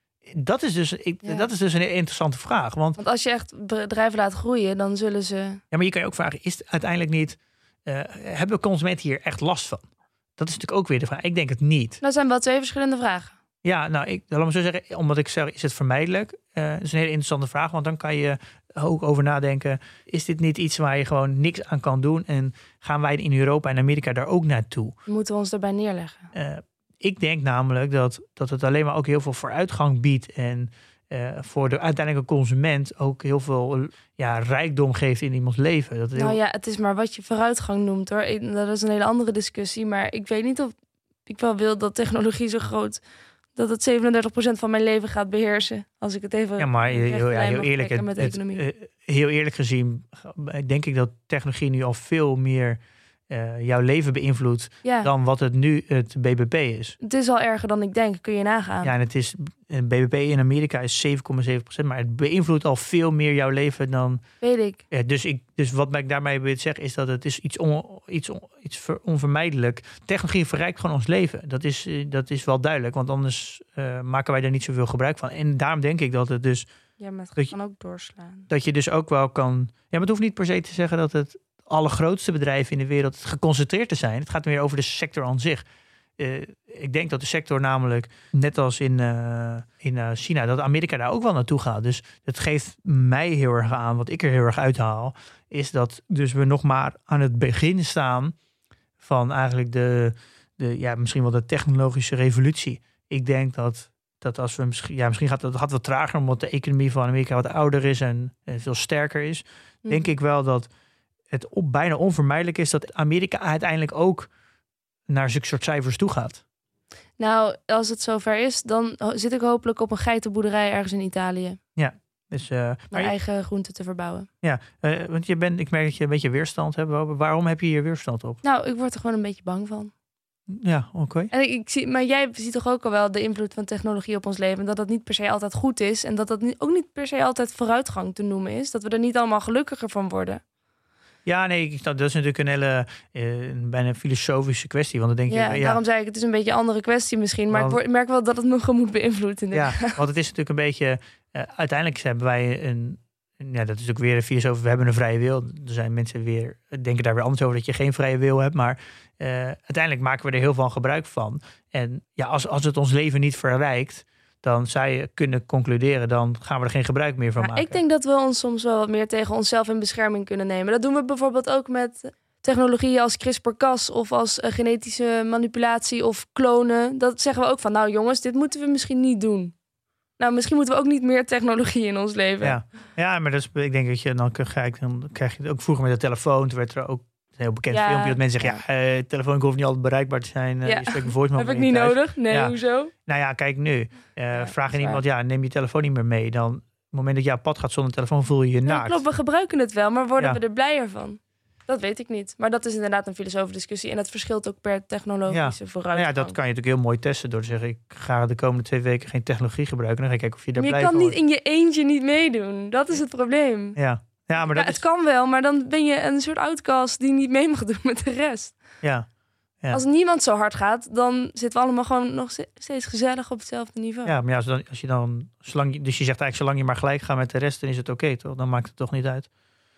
Dat is, dus, ik, Ja. dat is dus een interessante vraag. Want, Want als je echt bedrijven laat groeien, dan zullen ze... ja, maar je kan je ook vragen, is het uiteindelijk niet... Uh, hebben consumenten hier echt last van? Dat is natuurlijk ook weer de vraag. Ik denk het niet. Dat zijn wel twee verschillende vragen. Ja, nou, ik, laat me zo zeggen, omdat ik zeg, is het vermijdelijk? Uh, dat is een hele interessante vraag, want dan kan je ook over nadenken, is dit niet iets waar je gewoon niks aan kan doen? En gaan wij in Europa en Amerika daar ook naartoe? Moeten we ons daarbij neerleggen? Uh, ik denk namelijk dat, dat het alleen maar ook heel veel vooruitgang biedt en uh, voor de uiteindelijke consument ook heel veel ja, rijkdom geeft in iemands leven. Dat Nou heel... ja, het is maar wat je vooruitgang noemt hoor. Ik, dat is een hele andere discussie, maar ik weet niet of ik wel wil dat technologie zo groot, dat het zevenendertig procent van mijn leven gaat beheersen. Als ik het even... Ja, maar heel, ja, heel eerlijk, het, met de het, economie. uh, heel eerlijk gezien denk ik dat technologie nu al veel meer uh, jouw leven beïnvloedt ja. dan wat het nu het B B P is. Het is al erger dan ik denk, kun je nagaan. Ja, en het is, een B B P in Amerika is zeven komma zeven procent, maar het beïnvloedt al veel meer jouw leven dan... Weet ik. Ja, dus, ik, dus wat ik daarmee wil zeggen is dat het is iets, on, iets, on, iets ver, onvermijdelijk. Technologie verrijkt gewoon ons leven. Dat is, dat is wel duidelijk, want anders uh, maken wij daar niet zoveel gebruik van. En daarom denk ik dat het dus... Ja, maar het dat kan je, ook doorslaan. Dat je dus ook wel kan... Ja, maar het hoeft niet per se te zeggen dat het allergrootste bedrijven in de wereld geconcentreerd te zijn. Het gaat meer over de sector aan zich. Uh, ik denk dat de sector namelijk, net als in, uh, in uh, China, dat Amerika daar ook wel naartoe gaat. Dus het geeft mij heel erg aan, wat ik er heel erg uithaal, is dat dus we nog maar aan het begin staan van eigenlijk de, de ja, misschien wel de technologische revolutie. Ik denk dat, dat als we misschien, ja, misschien gaat het gaat wat trager, omdat de economie van Amerika wat ouder is en, en veel sterker is. Mm. Denk ik wel dat het op, bijna onvermijdelijk is dat Amerika uiteindelijk ook naar zulke soort cijfers toe gaat. Nou, als het zover is, dan zit ik hopelijk op een geitenboerderij ergens in Italië. Ja, dus... Uh, Mijn maar eigen je, groenten te verbouwen. Ja, uh, want je bent, ik merk dat je een beetje weerstand hebt. Waarom heb je hier weerstand op? Nou, ik word er gewoon een beetje bang van. Ja, oké. Okay. En ik, ik zie, maar jij ziet toch ook al wel de invloed van technologie op ons leven. En dat dat niet per se altijd goed is. En dat dat niet, ook niet per se altijd vooruitgang te noemen is. Dat we er niet allemaal gelukkiger van worden. Ja, nee, dat is natuurlijk een hele uh, bijna filosofische kwestie. Want dan denk ja, je, ja, daarom zei ik, het is een beetje een andere kwestie misschien. Maar want, ik merk wel dat het me gemoed beïnvloedt. Ja, want het is natuurlijk een beetje... Uh, uiteindelijk hebben wij een... Ja, dat is ook weer een filosofie. We hebben een vrije wil. Er zijn mensen weer... denken daar weer anders over dat je geen vrije wil hebt. Maar uh, uiteindelijk maken we er heel veel gebruik van. En ja, als, als het ons leven niet verrijkt, dan zou je kunnen concluderen, dan gaan we er geen gebruik meer van maar maken. Ik denk dat we ons soms wel wat meer tegen onszelf in bescherming kunnen nemen. Dat doen we bijvoorbeeld ook met technologieën als CRISPR-Cas of als uh, genetische manipulatie of klonen. Dat zeggen we ook van, nou jongens, dit moeten we misschien niet doen. Nou, misschien moeten we ook niet meer technologie in ons leven. Ja, ja maar dat is, ik denk dat je dan krijg, dan krijg je het ook vroeger met de telefoon. Toen werd er ook een heel bekend ja, filmpje dat mensen zeggen, ja, uh, telefoon hoeft niet altijd bereikbaar te zijn. Uh, ja. Je spreekt voicemail. Heb ik niet thuis. nodig? Nee, ja. hoezo? Nou ja, kijk nu. Uh, ja, vraag je iemand, waar. ja, neem je telefoon niet meer mee. Dan, op het moment dat je op pad gaat zonder telefoon, voel je je naakt. Ja, klopt, we gebruiken het wel, maar worden ja. we er blijer van? Dat weet ik niet. Maar dat is inderdaad een filosofische discussie. En dat verschilt ook per technologische ja. vooruitgang. Ja, dat kan je natuurlijk heel mooi testen door te zeggen, ik ga de komende twee weken geen technologie gebruiken. Dan ga ik kijken of je daar maar blij je van kan wordt. niet in je eentje niet meedoen. Dat is het probleem. Ja, ja maar dat ja, is... het kan wel, maar dan ben je een soort outcast die niet mee mag doen met de rest. Ja. Ja. Als niemand zo hard gaat, dan zitten we allemaal gewoon nog steeds gezellig op hetzelfde niveau. Ja, maar ja, als, dan, als je dan, zolang je, dus je zegt eigenlijk zolang je maar gelijk gaat met de rest, dan is het oké, okay, toch? Dan maakt het toch niet uit.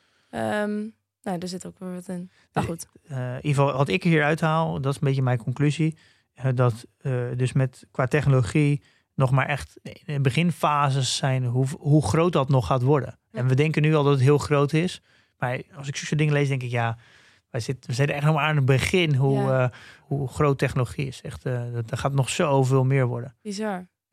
Um, nou, er zit ook weer wat in. Maar goed. Uh, in ieder geval, wat ik hier uithaal, dat is een beetje mijn conclusie, uh, dat uh, dus met qua technologie nog maar echt in de beginfases zijn hoe, hoe groot dat nog gaat worden. Ja. En we denken nu al dat het heel groot is, maar als ik zo'n dingen lees, denk ik ja. Wij zitten, we zitten echt nog maar aan het begin hoe, ja. uh, hoe groot technologie is. Echt, uh, dat, dat gaat nog zoveel meer worden. Bizar.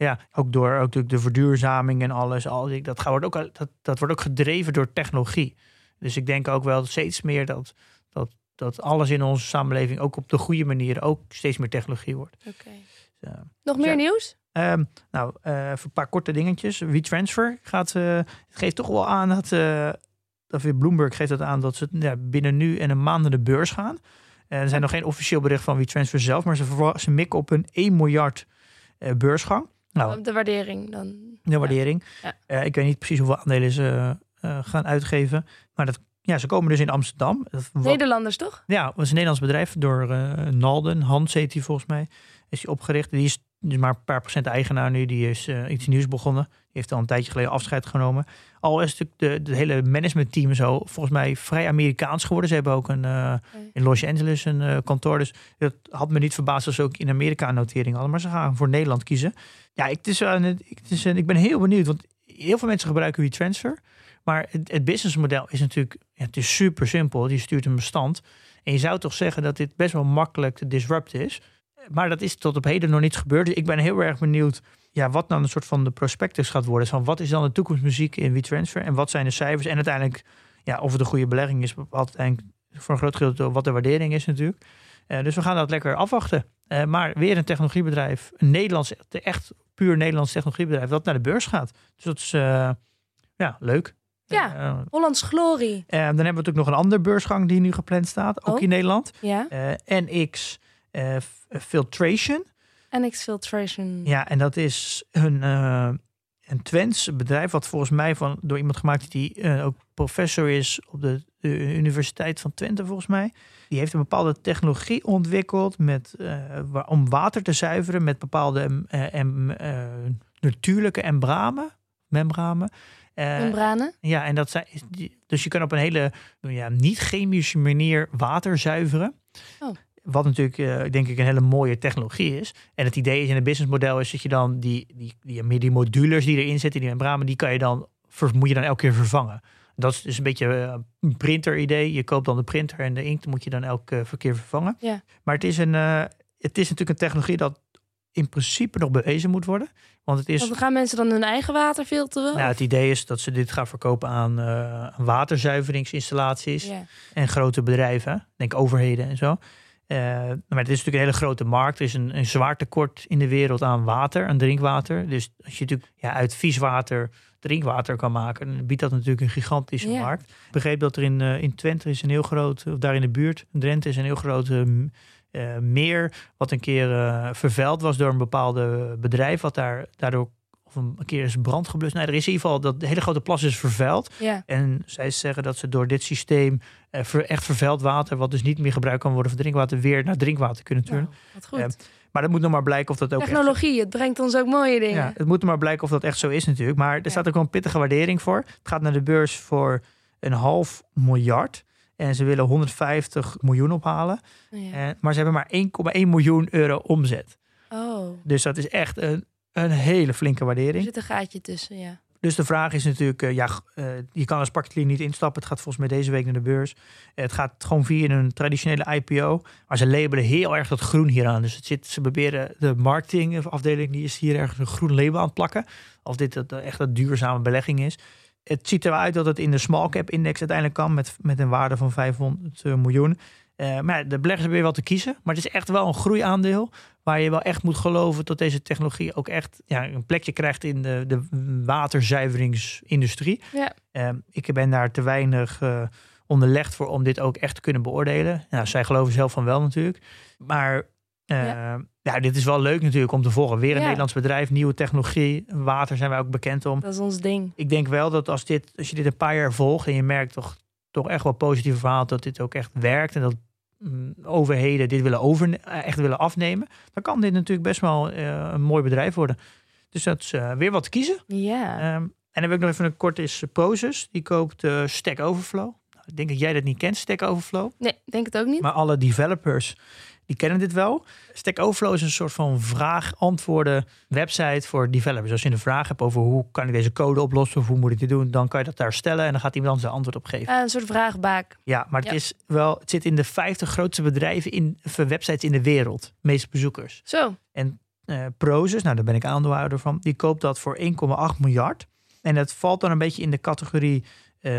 Ja, ook door ook de, de verduurzaming en alles. Al, dat, wordt ook, dat, dat wordt ook gedreven door technologie. Dus ik denk ook wel steeds meer dat, dat, dat alles in onze samenleving ook op de goede manier ook steeds meer technologie wordt. Okay. Dus, uh, Nog meer ja. nieuws? Um, nou, uh, even een paar korte dingetjes. WeTransfer gaat, uh, het geeft toch wel aan dat, uh, dat weer Bloomberg geeft dat aan dat ze ja, binnen nu en een maand naar de beurs gaan. Uh, er zijn nog geen officieel bericht van WeTransfer zelf, maar ze, ze mikken op een één miljard uh, beursgang. Nou, de waardering dan. De waardering. Ja. Ja. Uh, ik weet niet precies hoeveel aandelen ze uh, gaan uitgeven, maar dat, ja, ze komen dus in Amsterdam. Dat, wat, Nederlanders toch? Ja, het was een Nederlands bedrijf door uh, Nalden. Hans heet die volgens mij. Is die opgericht. Die is dus maar een paar procent eigenaar nu. Die is uh, iets nieuws begonnen. Die heeft al een tijdje geleden afscheid genomen. Al is natuurlijk de, de hele managementteam zo volgens mij vrij Amerikaans geworden. Ze hebben ook een, uh, okay. in Los Angeles een uh, kantoor. Dus dat had me niet verbaasd als ze ook in Amerika een notering hadden. Maar ze gaan voor Nederland kiezen. Ja, ik, het is, uh, het is, uh, ik ben heel benieuwd. Want heel veel mensen gebruiken WeTransfer. Maar het, het businessmodel is natuurlijk ja, het is super simpel. Je stuurt een bestand. En je zou toch zeggen dat dit best wel makkelijk te disrupten is. Maar dat is tot op heden nog niet gebeurd. Dus ik ben heel erg benieuwd ja, wat dan een soort van de prospectus gaat worden. Van wat is dan de toekomstmuziek in WeTransfer? En wat zijn de cijfers? En uiteindelijk, ja, of het een goede belegging is, bepaalt uiteindelijk voor een groot gedeelte wat de waardering is natuurlijk. Uh, dus we gaan dat lekker afwachten. Uh, maar weer een technologiebedrijf, een Nederlands, echt puur Nederlands technologiebedrijf, dat naar de beurs gaat. Dus dat is uh, ja, leuk. Ja, uh, Hollands glorie. Uh, dan hebben we natuurlijk nog een andere beursgang die nu gepland staat, ook oh. in Nederland. Ja. Uh, N X uh, Filtration. N X Filtration. Ja, en dat is een, uh, een Twents bedrijf wat volgens mij van, door iemand gemaakt is die uh, ook professor is op de, de Universiteit van Twente volgens mij. Die heeft een bepaalde technologie ontwikkeld met, uh, waar, om water te zuiveren met bepaalde uh, em, uh, natuurlijke membranen. membranen. Uh, Membranen? Ja, en dat zijn, dus je kan op een hele ja, niet-chemische manier water zuiveren. Oh. Wat natuurlijk, uh, denk ik, een hele mooie technologie is. En het idee is in het businessmodel is dat je dan die, die, die, die, die modules die erin zitten, die membranen, die kan je dan, moet je dan elke keer vervangen. Dat is dus een beetje uh, een printer-idee. Je koopt dan de printer en de inkt moet je dan elke keer vervangen. Ja. Maar het is, een, uh, het is natuurlijk een technologie dat in principe nog bewezen moet worden. Want het is. Want gaan mensen dan hun eigen water filteren? Nou, het idee is dat ze dit gaan verkopen aan uh, waterzuiveringsinstallaties yeah. en grote bedrijven, denk overheden en zo. Uh, maar het is natuurlijk een hele grote markt. Er is een, een zwaar tekort in de wereld aan water, aan drinkwater. Dus als je natuurlijk ja, uit vies water drinkwater kan maken, dan biedt dat natuurlijk een gigantische yeah. markt. Ik begreep dat er in, uh, in Twente is een heel groot, of daar in de buurt, Drenthe is een heel groot uh, uh, meer, wat een keer uh, vervuild was door een bepaalde bedrijf, wat daar daardoor of een keer is brand geblust. Nou, er is in ieder geval dat de hele grote plas is vervuild. Ja. En zij zeggen dat ze door dit systeem uh, ver, echt vervuild water, wat dus niet meer gebruikt kan worden voor drinkwater, weer naar drinkwater kunnen turnen. Wow, wat goed. Uh, maar dat moet nog maar blijken of dat ook technologie, echt... het brengt ons ook mooie dingen. Ja, het moet nog maar blijken of dat echt zo is natuurlijk. Maar er ja. staat ook wel een pittige waardering voor. Het gaat naar de beurs voor een half miljard. En ze willen honderdvijftig miljoen ophalen. Ja. Uh, maar ze hebben maar één komma één miljoen euro omzet. Oh. Dus dat is echt een, een hele flinke waardering. Er zit een gaatje tussen, ja. Dus de vraag is natuurlijk, uh, ja, uh, je kan als particulier niet instappen. Het gaat volgens mij deze week naar de beurs. Uh, het gaat gewoon via een traditionele I P O. Maar ze labelen heel erg dat groen hieraan. Dus het zit, ze proberen de marketingafdeling, die is hier ergens een groen label aan het plakken. Of dit dat, echt een duurzame belegging is. Het ziet er wel uit dat het in de small cap index uiteindelijk kan met, met een waarde van vijfhonderd miljoen. Uh, maar de beleggers hebben weer wat te kiezen. Maar het is echt wel een groeiaandeel waar je wel echt moet geloven dat deze technologie ook echt ja, een plekje krijgt in de, de waterzuiveringsindustrie. Ja. Uh, ik ben daar te weinig uh, onderlegd voor om dit ook echt te kunnen beoordelen. Nou, zij geloven zelf van wel natuurlijk. Maar uh, ja. ja, dit is wel leuk natuurlijk om te volgen. Weer een ja. Nederlands bedrijf, nieuwe technologie. Water zijn wij ook bekend om. Dat is ons ding. Ik denk wel dat als, dit, als je dit een paar jaar volgt en je merkt toch, toch echt wel positieve verhaal dat dit ook echt werkt en dat overheden dit willen over, echt willen afnemen, dan kan dit natuurlijk best wel uh, een mooi bedrijf worden. Dus dat is uh, weer wat te kiezen. Ja. Um, en dan heb ik nog even een kort is uh, Prosus. Die koopt uh, Stack Overflow. Nou, ik denk dat jij dat niet kent, Stack Overflow. Nee, denk het ook niet. Maar alle developers die kennen dit wel. Stack Overflow is een soort van vraag-antwoorden website voor developers. Als je een vraag hebt over hoe kan ik deze code oplossen of hoe moet ik dit doen, dan kan je dat daar stellen en dan gaat iemand anders een antwoord op geven. Uh, een soort vraagbaak. Ja, maar het, ja. is wel, het zit in de vijftig grootste bedrijven in websites in de wereld. Meeste bezoekers. Zo. En Uh, Prosus, nou daar ben ik aandeelhouder van. Die koopt dat voor één komma acht miljard. En dat valt dan een beetje in de categorie uh,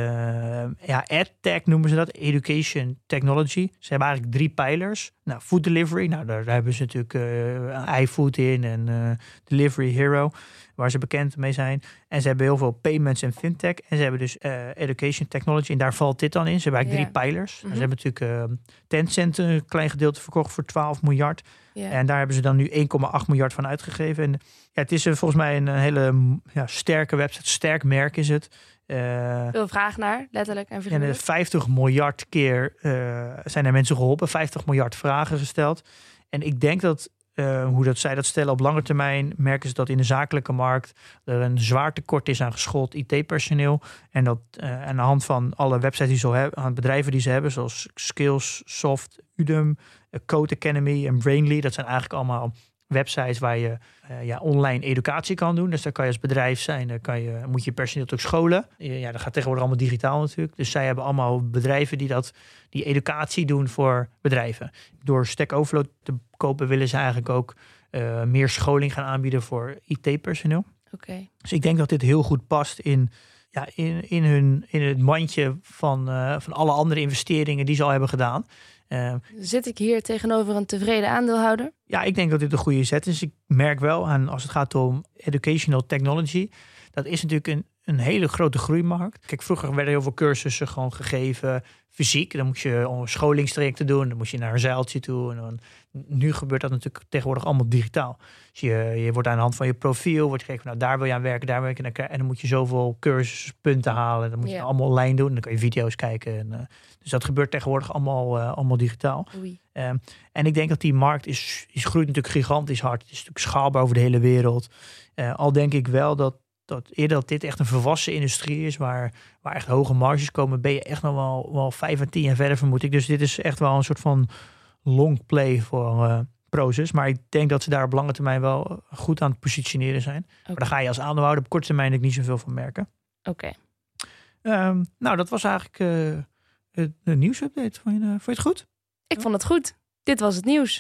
ja, EdTech noemen ze dat. Education Technology. Ze hebben eigenlijk drie pijlers. Nou, food delivery. Nou, daar, daar hebben ze natuurlijk uh, iFood in en uh, Delivery Hero, waar ze bekend mee zijn. En ze hebben heel veel payments en fintech. En ze hebben dus uh, education technology. En daar valt dit dan in. Ze hebben eigenlijk Ja. drie pijlers. Mhm. Ze hebben natuurlijk uh, Tencent een klein gedeelte verkocht voor twaalf miljard. Ja. En daar hebben ze dan nu één komma acht miljard van uitgegeven. En ja, het is uh, volgens mij een hele ja, sterke website. Sterk merk is het. Uh, Veel vraag naar, letterlijk en en figuurlijk. uh, vijftig miljard keer uh, zijn er mensen geholpen. vijftig miljard vragen gesteld. En ik denk dat, uh, hoe dat zij dat stellen op lange termijn, merken ze dat in de zakelijke markt er een zwaar tekort is aan geschoold I T-personeel. En dat uh, aan de hand van alle websites die ze al hebben, aan bedrijven die ze hebben, zoals Skillsoft, Udemy, uh, Code Academy en Brainly. Dat zijn eigenlijk allemaal websites waar je uh, ja, online educatie kan doen. Dus daar kan je als bedrijf zijn, daar kan je, moet je personeel ook scholen. Ja, dat gaat tegenwoordig allemaal digitaal natuurlijk. Dus zij hebben allemaal bedrijven die dat, die educatie doen voor bedrijven. Door Stack Overflow te kopen willen ze eigenlijk ook uh, meer scholing gaan aanbieden voor I T-personeel. Oké. Okay. Dus ik denk dat dit heel goed past in, ja, in, in, hun, in het mandje van, uh, van alle andere investeringen die ze al hebben gedaan. Uh, Zit ik hier tegenover een tevreden aandeelhouder? Ja, ik denk dat dit een goede zet is. Ik merk wel aan, als het gaat om educational technology, dat is natuurlijk een, een hele grote groeimarkt. Kijk, vroeger werden heel veel cursussen gewoon gegeven fysiek. Dan moest je om scholingstrajecten doen, dan moest je naar een zeiltje toe. En dan, nu gebeurt dat natuurlijk tegenwoordig allemaal digitaal. Dus je, je wordt aan de hand van je profiel, wordt gekeken, nou daar wil je aan werken, daar wil je aan en dan moet je zoveel cursuspunten halen. Dan moet je Ja. allemaal online doen, dan kan je video's kijken. En, uh, dus dat gebeurt tegenwoordig allemaal, uh, allemaal digitaal. Oei. Um, en ik denk dat die markt is, is groeit natuurlijk gigantisch hard. Het is natuurlijk schaalbaar over de hele wereld. Uh, al denk ik wel dat, dat eerder dat dit echt een volwassen industrie is, waar, waar echt hoge marges komen, ben je echt nog wel, wel vijf en tien jaar verder, vermoed ik. Dus dit is echt wel een soort van long play voor uh, Prosus. Maar ik denk dat ze daar op lange termijn wel goed aan het positioneren zijn. Okay. Maar daar ga je als aandeelhouder op korte termijn ook niet zoveel van merken. Oké. Okay. Um, nou, dat was eigenlijk uh, de, de nieuwsupdate. Vond je, uh, vond je het goed? Ik vond het goed. Dit was het nieuws.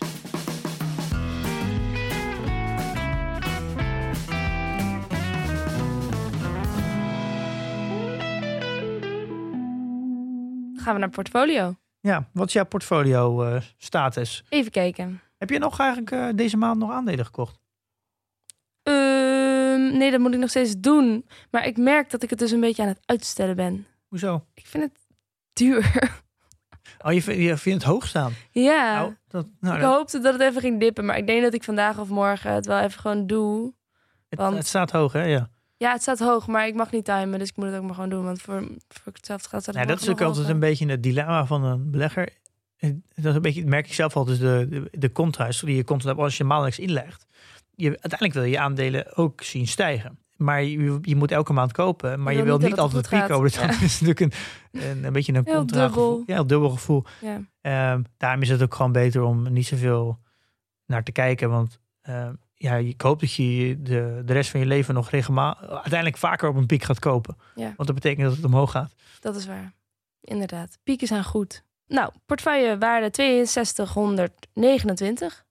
Gaan we naar portfolio. Ja, wat is jouw portfolio uh, status? Even kijken. Heb je nog eigenlijk uh, deze maand nog aandelen gekocht? Uh, nee, dat moet ik nog steeds doen. Maar ik merk dat ik het dus een beetje aan het uitstellen ben. Hoezo? Ik vind het duur. Oh, je, vind, je vindt het hoog staan? Ja. Nou, dat, nou, ik dat... hoopte dat het even ging dippen. Maar ik denk dat ik vandaag of morgen het wel even gewoon doe. Het, want... het staat hoog, hè? Ja. Ja, het staat hoog, maar ik mag niet timen. Dus ik moet het ook maar gewoon doen. Want voor, voor hetzelfde gaat het ja, dat is ook altijd een beetje het dilemma van een belegger. Dat is een beetje, merk ik zelf altijd, de, de, de contrast die je content hebt als je maandelijks inlegt. Je, uiteindelijk wil je aandelen ook zien stijgen. Maar je, je moet elke maand kopen. Maar je, je wil niet, niet altijd het piek kopen. Dus ja. Dat is natuurlijk een, een, een beetje een heel contra dubbel. gevoel. Ja, heel dubbel gevoel. Ja. Um, daarom is het ook gewoon beter om niet zoveel naar te kijken. Want uh, ja, ik hoop dat je de, de rest van je leven nog regelmatig uiteindelijk vaker op een piek gaat kopen. Ja. Want dat betekent dat het omhoog gaat. Dat is waar. Inderdaad. Pieken zijn goed. Nou, portefeuillewaarde tweeënzestig honderdnegenentwintig.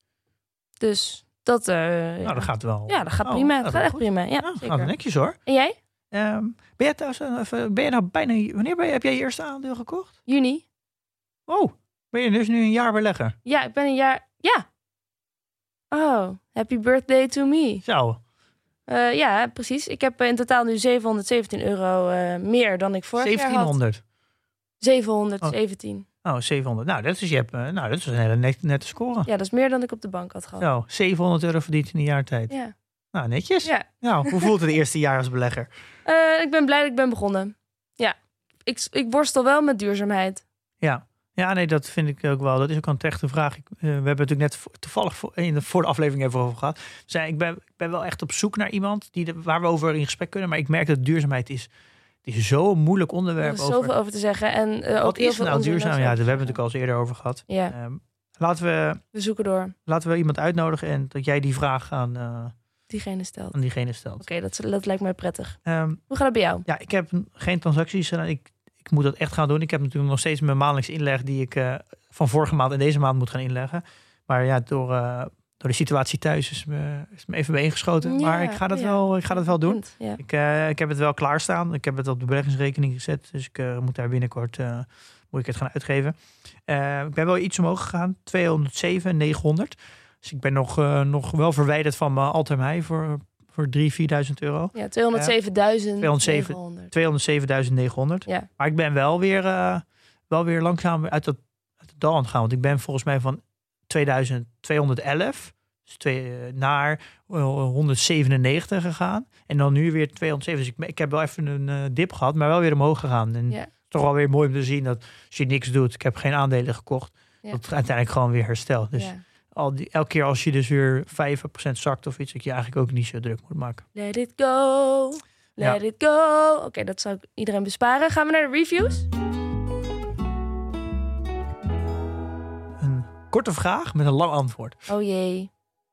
Dus dat... Uh, nou, ja. dat gaat wel. Ja, dat gaat oh, prima. Dat Het gaat echt goed. prima. Ja, nou, zeker. Gaat netjes hoor. En jij? Um, ben jij thuis, even, ben je nou bijna... Wanneer ben je, heb jij je eerste aandeel gekocht? Juni. Oh, ben je dus nu een jaar belegger? Ja, ik ben een jaar... Ja. Oh, happy birthday to me. Zo. Uh, ja, precies. Ik heb in totaal nu zevenhonderdzeventien euro uh, meer dan ik vorig zeventienhonderd. jaar had. zevenhonderdzeventien. Oh, oh zevenhonderd. Nou, dat is, je hebt, uh, nou, dat is een hele net, nette score. Ja, dat is meer dan ik op de bank had gehad. Zo, zevenhonderd euro verdiend in een jaar tijd. Ja. Nou, netjes. Ja. Nou, hoe voelt het de eerste jaar als belegger? Uh, ik ben blij dat ik ben begonnen. Ja, ik, ik worstel wel met duurzaamheid. Ja. Ja, nee, dat vind ik ook wel. Dat is ook een terechte vraag. Ik, uh, we hebben het natuurlijk net toevallig voor, in de, voor de aflevering even over gehad. Dus, ik, ben, ik ben wel echt op zoek naar iemand die de, waar we over in gesprek kunnen. Maar ik merk dat duurzaamheid is, het is zo'n moeilijk onderwerp. Er is zoveel over, over te zeggen. En, uh, wat ook heel is veel nou duurzaam? Ja, daar hebben we het natuurlijk al eens eerder over gehad. Ja. Um, laten we, we zoeken door. Laten we iemand uitnodigen en dat jij die vraag aan, uh, diegene stelt. aan diegene stelt. Oké, okay, dat, dat lijkt mij prettig. Um, Hoe gaat het bij jou? Ja, ik heb geen transacties gedaan. Ik, ik moet dat echt gaan doen. Ik heb natuurlijk nog steeds mijn maandelijks inleg die ik uh, van vorige maand en deze maand moet gaan inleggen. Maar ja, door, uh, door de situatie thuis is me, is me even bijeengeschoten. Ja, maar ik ga dat, ja. wel, ik ga dat wel doen. Ja. Ik, uh, ik heb het wel klaarstaan. Ik heb het op de beleggingsrekening gezet. Dus ik uh, moet daar binnenkort uh, moet ik het gaan uitgeven. Uh, ik ben wel iets omhoog gegaan. tweehonderdzeven, negenhonderd. Dus ik ben nog, uh, nog wel verwijderd van mijn all-time high voor, voor drieduizend, vierduizend euro. Ja, tweehonderdzevenduizend negenhonderd. tweehonderdzevenduizend negenhonderd. Ja. Maar ik ben wel weer, uh, wel weer langzaam uit het, uit het dal aan het gaan. Want ik ben volgens mij van tweeduizend tweehonderdelf dus twee, uh, naar uh, honderdzevenennegentig gegaan. En dan nu weer tweehonderdzeven. Dus ik, ik heb wel even een uh, dip gehad, maar wel weer omhoog gegaan. En Ja. het is toch wel weer mooi om te zien dat als je niks doet, ik heb geen aandelen gekocht, Ja. dat het uiteindelijk gewoon weer herstelt. Dus Ja. al die, elke keer als je dus weer vijf procent zakt of iets, dat je eigenlijk ook niet zo druk moet maken. Let it go. Let Ja. it go. Oké, okay, dat zou ik iedereen besparen. Gaan we naar de reviews? Een korte vraag met een lang antwoord. Oh jee.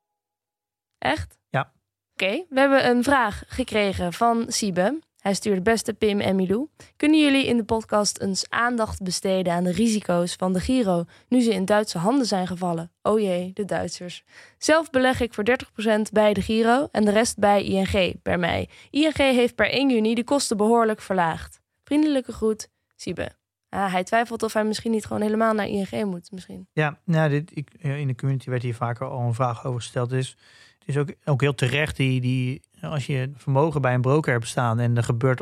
Echt? Ja. Oké, okay, we hebben een vraag gekregen van Siebe. Hij stuurde beste Pim en Milou. Kunnen jullie in de podcast eens aandacht besteden aan de risico's van de Giro, nu ze in Duitse handen zijn gevallen? Oh jee, de Duitsers. Zelf beleg ik voor dertig procent bij de Giro en de rest bij I N G per mij. I N G heeft per één juni de kosten behoorlijk verlaagd. Vriendelijke groet, Siebe. Ah, hij twijfelt of hij misschien niet gewoon helemaal naar I N G moet. Misschien. Ja, nou, dit, ik, in de community werd hier vaker al een vraag over gesteld. Dus het is ook, ook heel terecht, die, die, als je vermogen bij een broker hebt staan en er gebeurt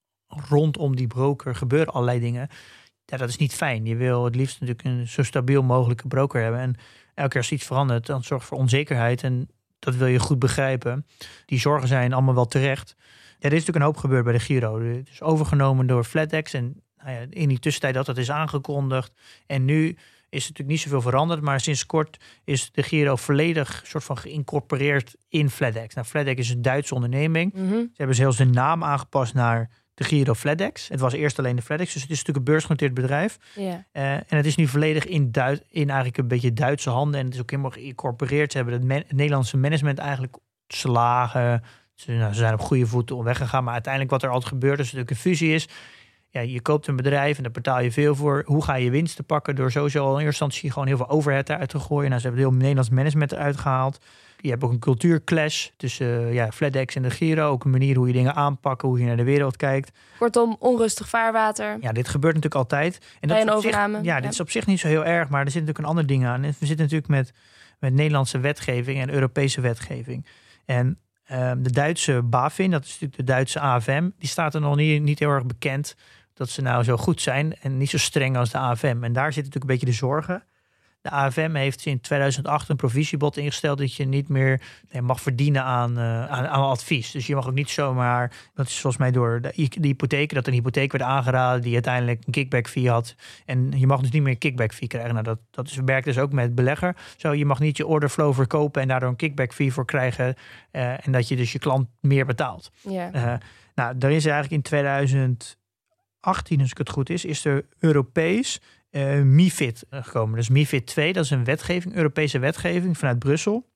rondom die broker gebeuren allerlei dingen. Ja, dat is niet fijn. Je wil het liefst natuurlijk een zo stabiel mogelijke broker hebben. En elke keer als iets verandert, dan zorgt voor onzekerheid. En dat wil je goed begrijpen. Die zorgen zijn allemaal wel terecht. Ja, er is natuurlijk een hoop gebeurd bij de Giro. Het is overgenomen door FlatEx. En nou ja, in die tussentijd dat dat is aangekondigd. En nu is het natuurlijk niet zoveel veranderd. Maar sinds kort is de Giro volledig soort van geïncorporeerd in FlatEx. Nou, FlatEx is een Duitse onderneming. Mm-hmm. Ze hebben zelfs de naam aangepast naar de Giro FlatEx. Het was eerst alleen de FlatEx, dus het is natuurlijk een beursgenoteerd bedrijf. Yeah. Uh, en het is nu volledig in, Duits, in eigenlijk een beetje Duitse handen. En het is ook helemaal geïncorporeerd. Ze hebben het, man- het Nederlandse management eigenlijk slagen. Ze, nou, ze zijn op goede voeten weggegaan. Maar uiteindelijk wat er altijd gebeurt, als er natuurlijk een fusie is. Ja, je koopt een bedrijf en daar betaal je veel voor. Hoe ga je winsten pakken? Door sowieso al in eerste instantie gewoon heel veel overhead eruit te gooien. Nou, ze hebben heel Nederlands management eruit gehaald. Je hebt ook een cultuurclash tussen uh, ja, FlatEx en de Giro. Ook een manier hoe je dingen aanpakken, hoe je naar de wereld kijkt. Kortom, onrustig vaarwater. Ja, dit gebeurt natuurlijk altijd. En Bij dat een is op zich, overname. ja, Ja. dit is op zich niet zo heel erg, maar er zit natuurlijk een ander ding aan. We zitten natuurlijk met, met Nederlandse wetgeving en Europese wetgeving. En uh, de Duitse BaFin, dat is natuurlijk de Duitse A F M, die staat er nog niet, niet heel erg bekend dat ze nou zo goed zijn en niet zo streng als de A F M. En daar zit natuurlijk een beetje de zorgen. De A F M heeft in tweeduizend acht een provisiebod ingesteld dat je niet meer nee, mag verdienen aan, uh, aan, aan advies. Dus je mag ook niet zomaar, dat is volgens mij door de, de hypotheek, dat een hypotheek werd aangeraden die uiteindelijk een kickback fee had. En je mag dus niet meer een kickback fee krijgen. Nou, dat, dat is, werkt dus ook met belegger. Zo, je mag niet je order flow verkopen en daardoor een kickback fee voor krijgen. Uh, en dat je dus je klant meer betaalt. Ja. Uh, nou, daar is eigenlijk in tweeduizend achttien, als ik het goed is, is er Europees Uh, MiFID gekomen. Dus MiFID twee, dat is een wetgeving, Europese wetgeving vanuit Brussel.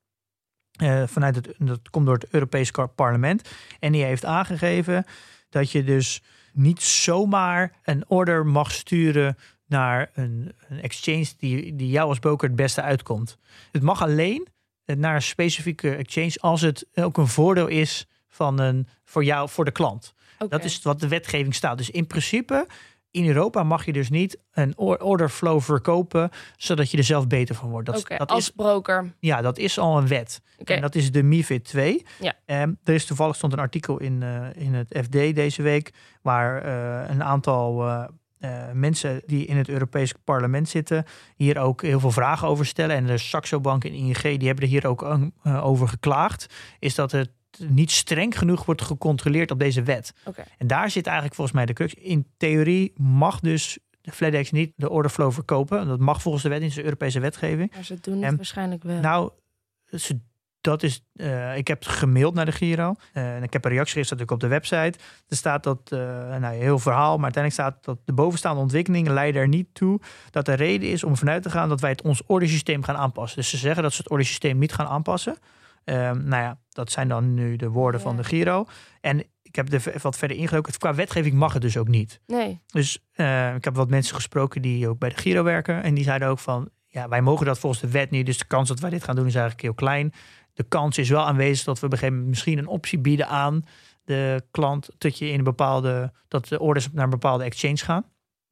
Uh, vanuit het, dat komt door het Europees parlement. En die heeft aangegeven dat je dus niet zomaar een order mag sturen naar een, een exchange die, die jou als broker het beste uitkomt. Het mag alleen naar een specifieke exchange als het ook een voordeel is van een, voor jou, voor de klant. Okay. Dat is wat de wetgeving staat. Dus in principe in Europa mag je dus niet een order flow verkopen zodat je er zelf beter van wordt. Dat, okay, dat als is, broker. Ja, dat is al een wet. Okay. En dat is de MiFID twee. Ja. Um, er is toevallig stond een artikel in, uh, in het F D deze week waar uh, een aantal uh, uh, mensen die in het Europees parlement zitten hier ook heel veel vragen over stellen. En de Saxo Bank en I N G die hebben er hier ook uh, over geklaagd. Is dat het niet streng genoeg wordt gecontroleerd op deze wet. Okay. En daar zit eigenlijk volgens mij de crux. In theorie mag dus de FlatEx niet de order flow verkopen. Dat mag volgens de wet, in de Europese wetgeving. Maar ze doen het en, waarschijnlijk wel. Nou, ze, dat is, uh, ik heb gemaild naar de Giro. Uh, en ik heb een reactie gegeven natuurlijk op de website. Er staat dat, uh, nou, heel verhaal, maar uiteindelijk staat dat de bovenstaande ontwikkelingen leiden er niet toe dat er reden is om vanuit te gaan dat wij het ons ordersysteem gaan aanpassen. Dus ze zeggen dat ze het ordersysteem niet gaan aanpassen. Um, nou ja, dat zijn dan nu de woorden ja. van de Giro. En ik heb er wat verder ingedoken. Qua wetgeving mag het dus ook niet. Nee. Dus uh, ik heb wat mensen gesproken die ook bij de Giro werken. En die zeiden ook van, ja, wij mogen dat volgens de wet niet. Dus de kans dat wij dit gaan doen is eigenlijk heel klein. De kans is wel aanwezig dat we op een gegeven moment misschien een optie bieden aan de klant. Dat je in een bepaalde, dat de orders naar een bepaalde exchange gaan.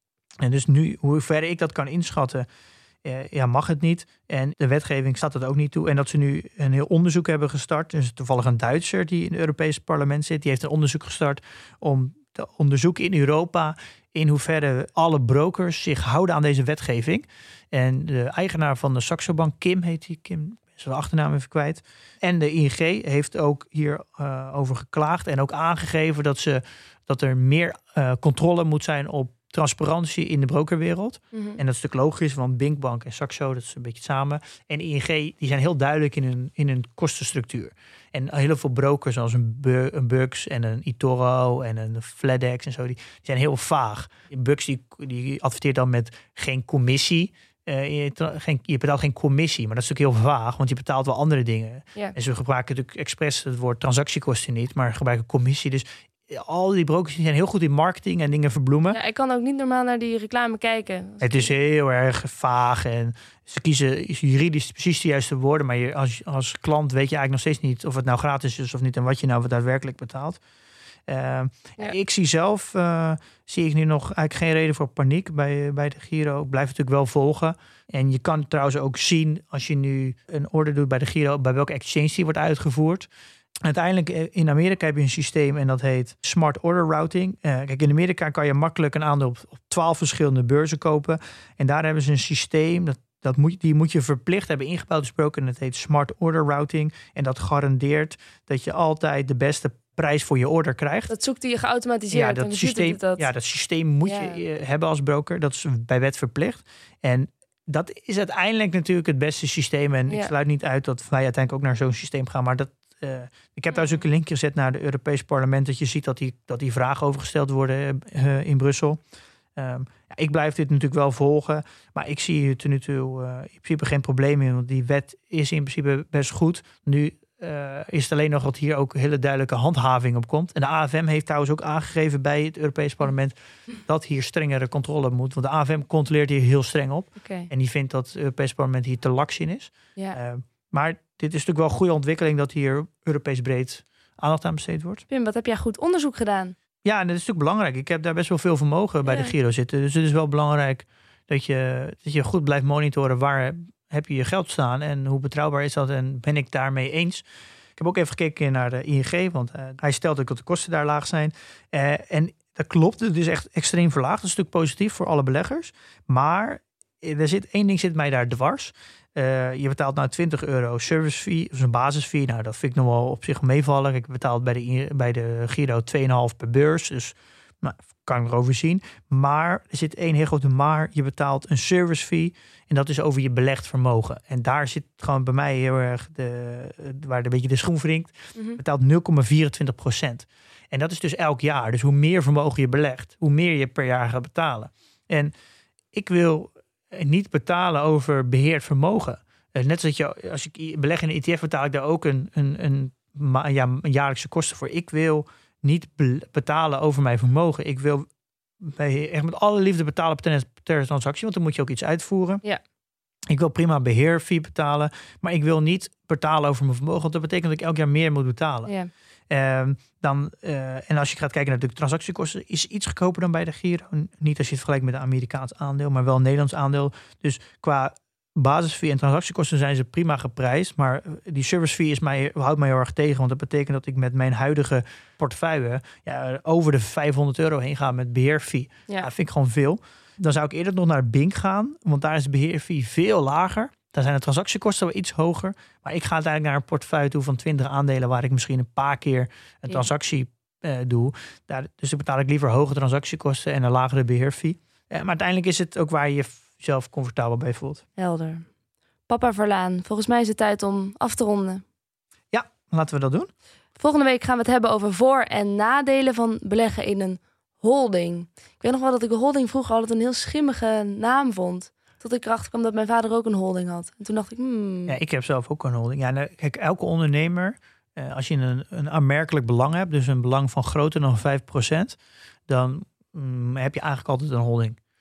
En dus nu, hoe ver ik dat kan inschatten, eh, ja, mag het niet. En de wetgeving staat het ook niet toe. En dat ze nu een heel onderzoek hebben gestart. Dus toevallig een Duitser die in het Europese parlement zit. Die heeft een onderzoek gestart om te onderzoeken in Europa in hoeverre alle brokers zich houden aan deze wetgeving. En de eigenaar van de Saxo Bank, Kim heet hij, Kim, is de achternaam even kwijt. En de I N G heeft ook hier uh, over geklaagd en ook aangegeven dat, ze, dat er meer uh, controle moet zijn op transparantie in de brokerwereld. Mm-hmm. En dat is natuurlijk logisch, want Binkbank en Saxo, dat is een beetje samen. En I N G, die zijn heel duidelijk in hun, in hun kostenstructuur. En heel veel brokers, zoals een, Bu- een Bux en een eToro en een Fladex en zo, die, die zijn heel vaag. Bux die, die adverteert dan met geen commissie. Uh, je, tra- geen, je betaalt geen commissie, maar dat is natuurlijk heel vaag, want je betaalt wel andere dingen. Ja. En ze gebruiken natuurlijk expres het woord transactiekosten niet, maar gebruiken commissie. Dus al die brokers die zijn heel goed in marketing en dingen verbloemen. Ja, ik kan ook niet normaal naar die reclame kijken. Het is heel erg vaag en ze kiezen juridisch precies de juiste woorden, maar je, als, als klant weet je eigenlijk nog steeds niet of het nou gratis is of niet en wat je nou daadwerkelijk betaalt. Uh, ja. Ik zie zelf, uh, zie ik nu nog eigenlijk geen reden voor paniek bij, bij de Giro. Ik blijf natuurlijk wel volgen. En je kan trouwens ook zien, als je nu een order doet bij de Giro, bij welke exchange die wordt uitgevoerd. Uiteindelijk in Amerika heb je een systeem en dat heet Smart Order Routing. Uh, kijk, in Amerika kan je makkelijk een aandeel op, op twaalf verschillende beurzen kopen. En daar hebben ze een systeem, dat, dat moet, die moet je verplicht hebben ingebouwd besproken. En dat heet Smart Order Routing. En dat garandeert dat je altijd de beste prijs voor je order krijgt. Dat zoekt hij geautomatiseerd. Ja, dat systeem, dat. Ja, dat systeem moet ja. je hebben als broker. Dat is bij wet verplicht. En dat is uiteindelijk natuurlijk het beste systeem. En ja. ik sluit niet uit dat wij uiteindelijk ook naar zo'n systeem gaan. Maar dat, uh, ik heb daar ook een linkje gezet naar het Europees Parlement. Dat je ziet dat die, dat die vragen over gesteld worden uh, in Brussel. Um, ja, ik blijf dit natuurlijk wel volgen. Maar ik zie er tot nu toe uh, in principe geen probleem in. Want die wet is in principe best goed. Nu Uh, is het alleen nog dat hier ook hele duidelijke handhaving op komt. En de A F M heeft trouwens ook aangegeven bij het Europees Parlement dat hier strengere controle moet. Want de A F M controleert hier heel streng op. Okay. En die vindt dat het Europees Parlement hier te laks in is. Ja. Uh, maar dit is natuurlijk wel een goede ontwikkeling dat hier Europees breed aandacht aan besteed wordt. Pim, wat heb jij goed onderzoek gedaan? Ja, en dat is natuurlijk belangrijk. Ik heb daar best wel veel vermogen bij ja. de Giro zitten. Dus het is wel belangrijk dat je, dat je goed blijft monitoren waar heb je je geld staan en hoe betrouwbaar is dat en ben ik daarmee eens. Ik heb ook even gekeken naar de I N G, want uh, hij stelt ook dat de kosten daar laag zijn. Uh, en dat klopt, het is echt extreem verlaagd. Dat is natuurlijk positief voor alle beleggers. Maar er zit één ding zit mij daar dwars. Uh, je betaalt nou twintig euro service fee, dus een basisfee. Nou, dat vind ik nog wel op zich meevallen. Ik betaal bij de, bij de Giro twee komma vijf per beurs, dus nou, kan ik erover zien. Maar er zit één heel grote maar. Je betaalt een service fee en dat is over je belegd vermogen. En daar zit gewoon bij mij heel erg de, waar een beetje de schoen wringt. Mm-hmm. Je betaalt nul komma vierentwintig procent. En dat is dus elk jaar. Dus hoe meer vermogen je belegt, hoe meer je per jaar gaat betalen. En ik wil niet betalen over beheerd vermogen. Net zoals je, als ik beleg in een E T F, betaal ik daar ook een, een, een, ja, een jaarlijkse kosten voor. Ik wil niet betalen over mijn vermogen. Ik wil bij, echt met alle liefde betalen per, per transactie, want dan moet je ook iets uitvoeren. Ja. Ik wil prima beheerfee betalen, maar ik wil niet betalen over mijn vermogen, want dat betekent dat ik elk jaar meer moet betalen. Ja. Uh, dan, uh, en als je gaat kijken naar de transactiekosten, is iets goedkoper dan bij de Giro. Niet als je het vergelijkt met een Amerikaans aandeel, maar wel een Nederlands aandeel. Dus qua basisfee en transactiekosten zijn ze prima geprijsd. Maar die service fee is mij, houdt mij heel erg tegen. Want dat betekent dat ik met mijn huidige portefeuille ja, over de vijfhonderd euro heen ga met beheerfee. Ja. Dat vind ik gewoon veel. Dan zou ik eerder nog naar Bink gaan. Want daar is de beheerfee veel lager. Daar zijn de transactiekosten wel iets hoger. Maar ik ga uiteindelijk naar een portefeuille toe van twintig aandelen, waar ik misschien een paar keer een transactie uh, doe. Daar, dus dan betaal ik liever hoge transactiekosten en een lagere beheerfee. Uh, maar uiteindelijk is het ook waar je zelf comfortabel bij voelt. Helder. Papa Verlaan, volgens mij is het tijd om af te ronden. Ja, laten we dat doen. Volgende week gaan we het hebben over voor- en nadelen van beleggen in een holding. Ik weet nog wel dat ik een holding vroeger altijd een heel schimmige naam vond. Tot ik erachter kwam dat mijn vader ook een holding had. En toen dacht ik, hmm. Ja, ik heb zelf ook een holding. Ja, nou, kijk, elke ondernemer, eh, als je een, een aanmerkelijk belang hebt, dus een belang van groter dan vijf procent, dan mm, heb je eigenlijk altijd een holding.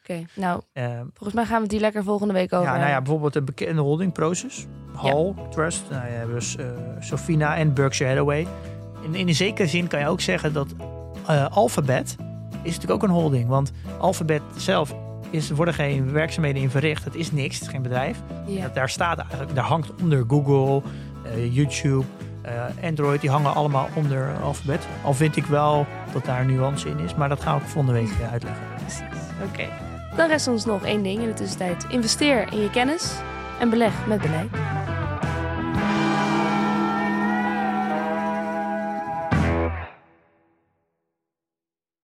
Oké, nou, Uh, volgens mij gaan we die lekker volgende week over. ja, nou ja, bijvoorbeeld de bekende holding Prosus, Hall, ja. Trust, nou ja, dus uh, Sofina en Berkshire Hathaway. In, in een zekere zin kan je ook zeggen dat uh, Alphabet is natuurlijk ook een holding. Want Alphabet zelf is, er worden geen werkzaamheden in verricht. Het is niks, het is geen bedrijf. Ja. Dat, daar staat eigenlijk, daar hangt onder Google, uh, YouTube, uh, Android, die hangen allemaal onder Alphabet. Al vind ik wel dat daar nuance in is, maar dat gaan we volgende week uh, uitleggen. Precies, oké. Okay. Dan rest ons nog één ding in de tussentijd. Investeer in je kennis en beleg met beleid.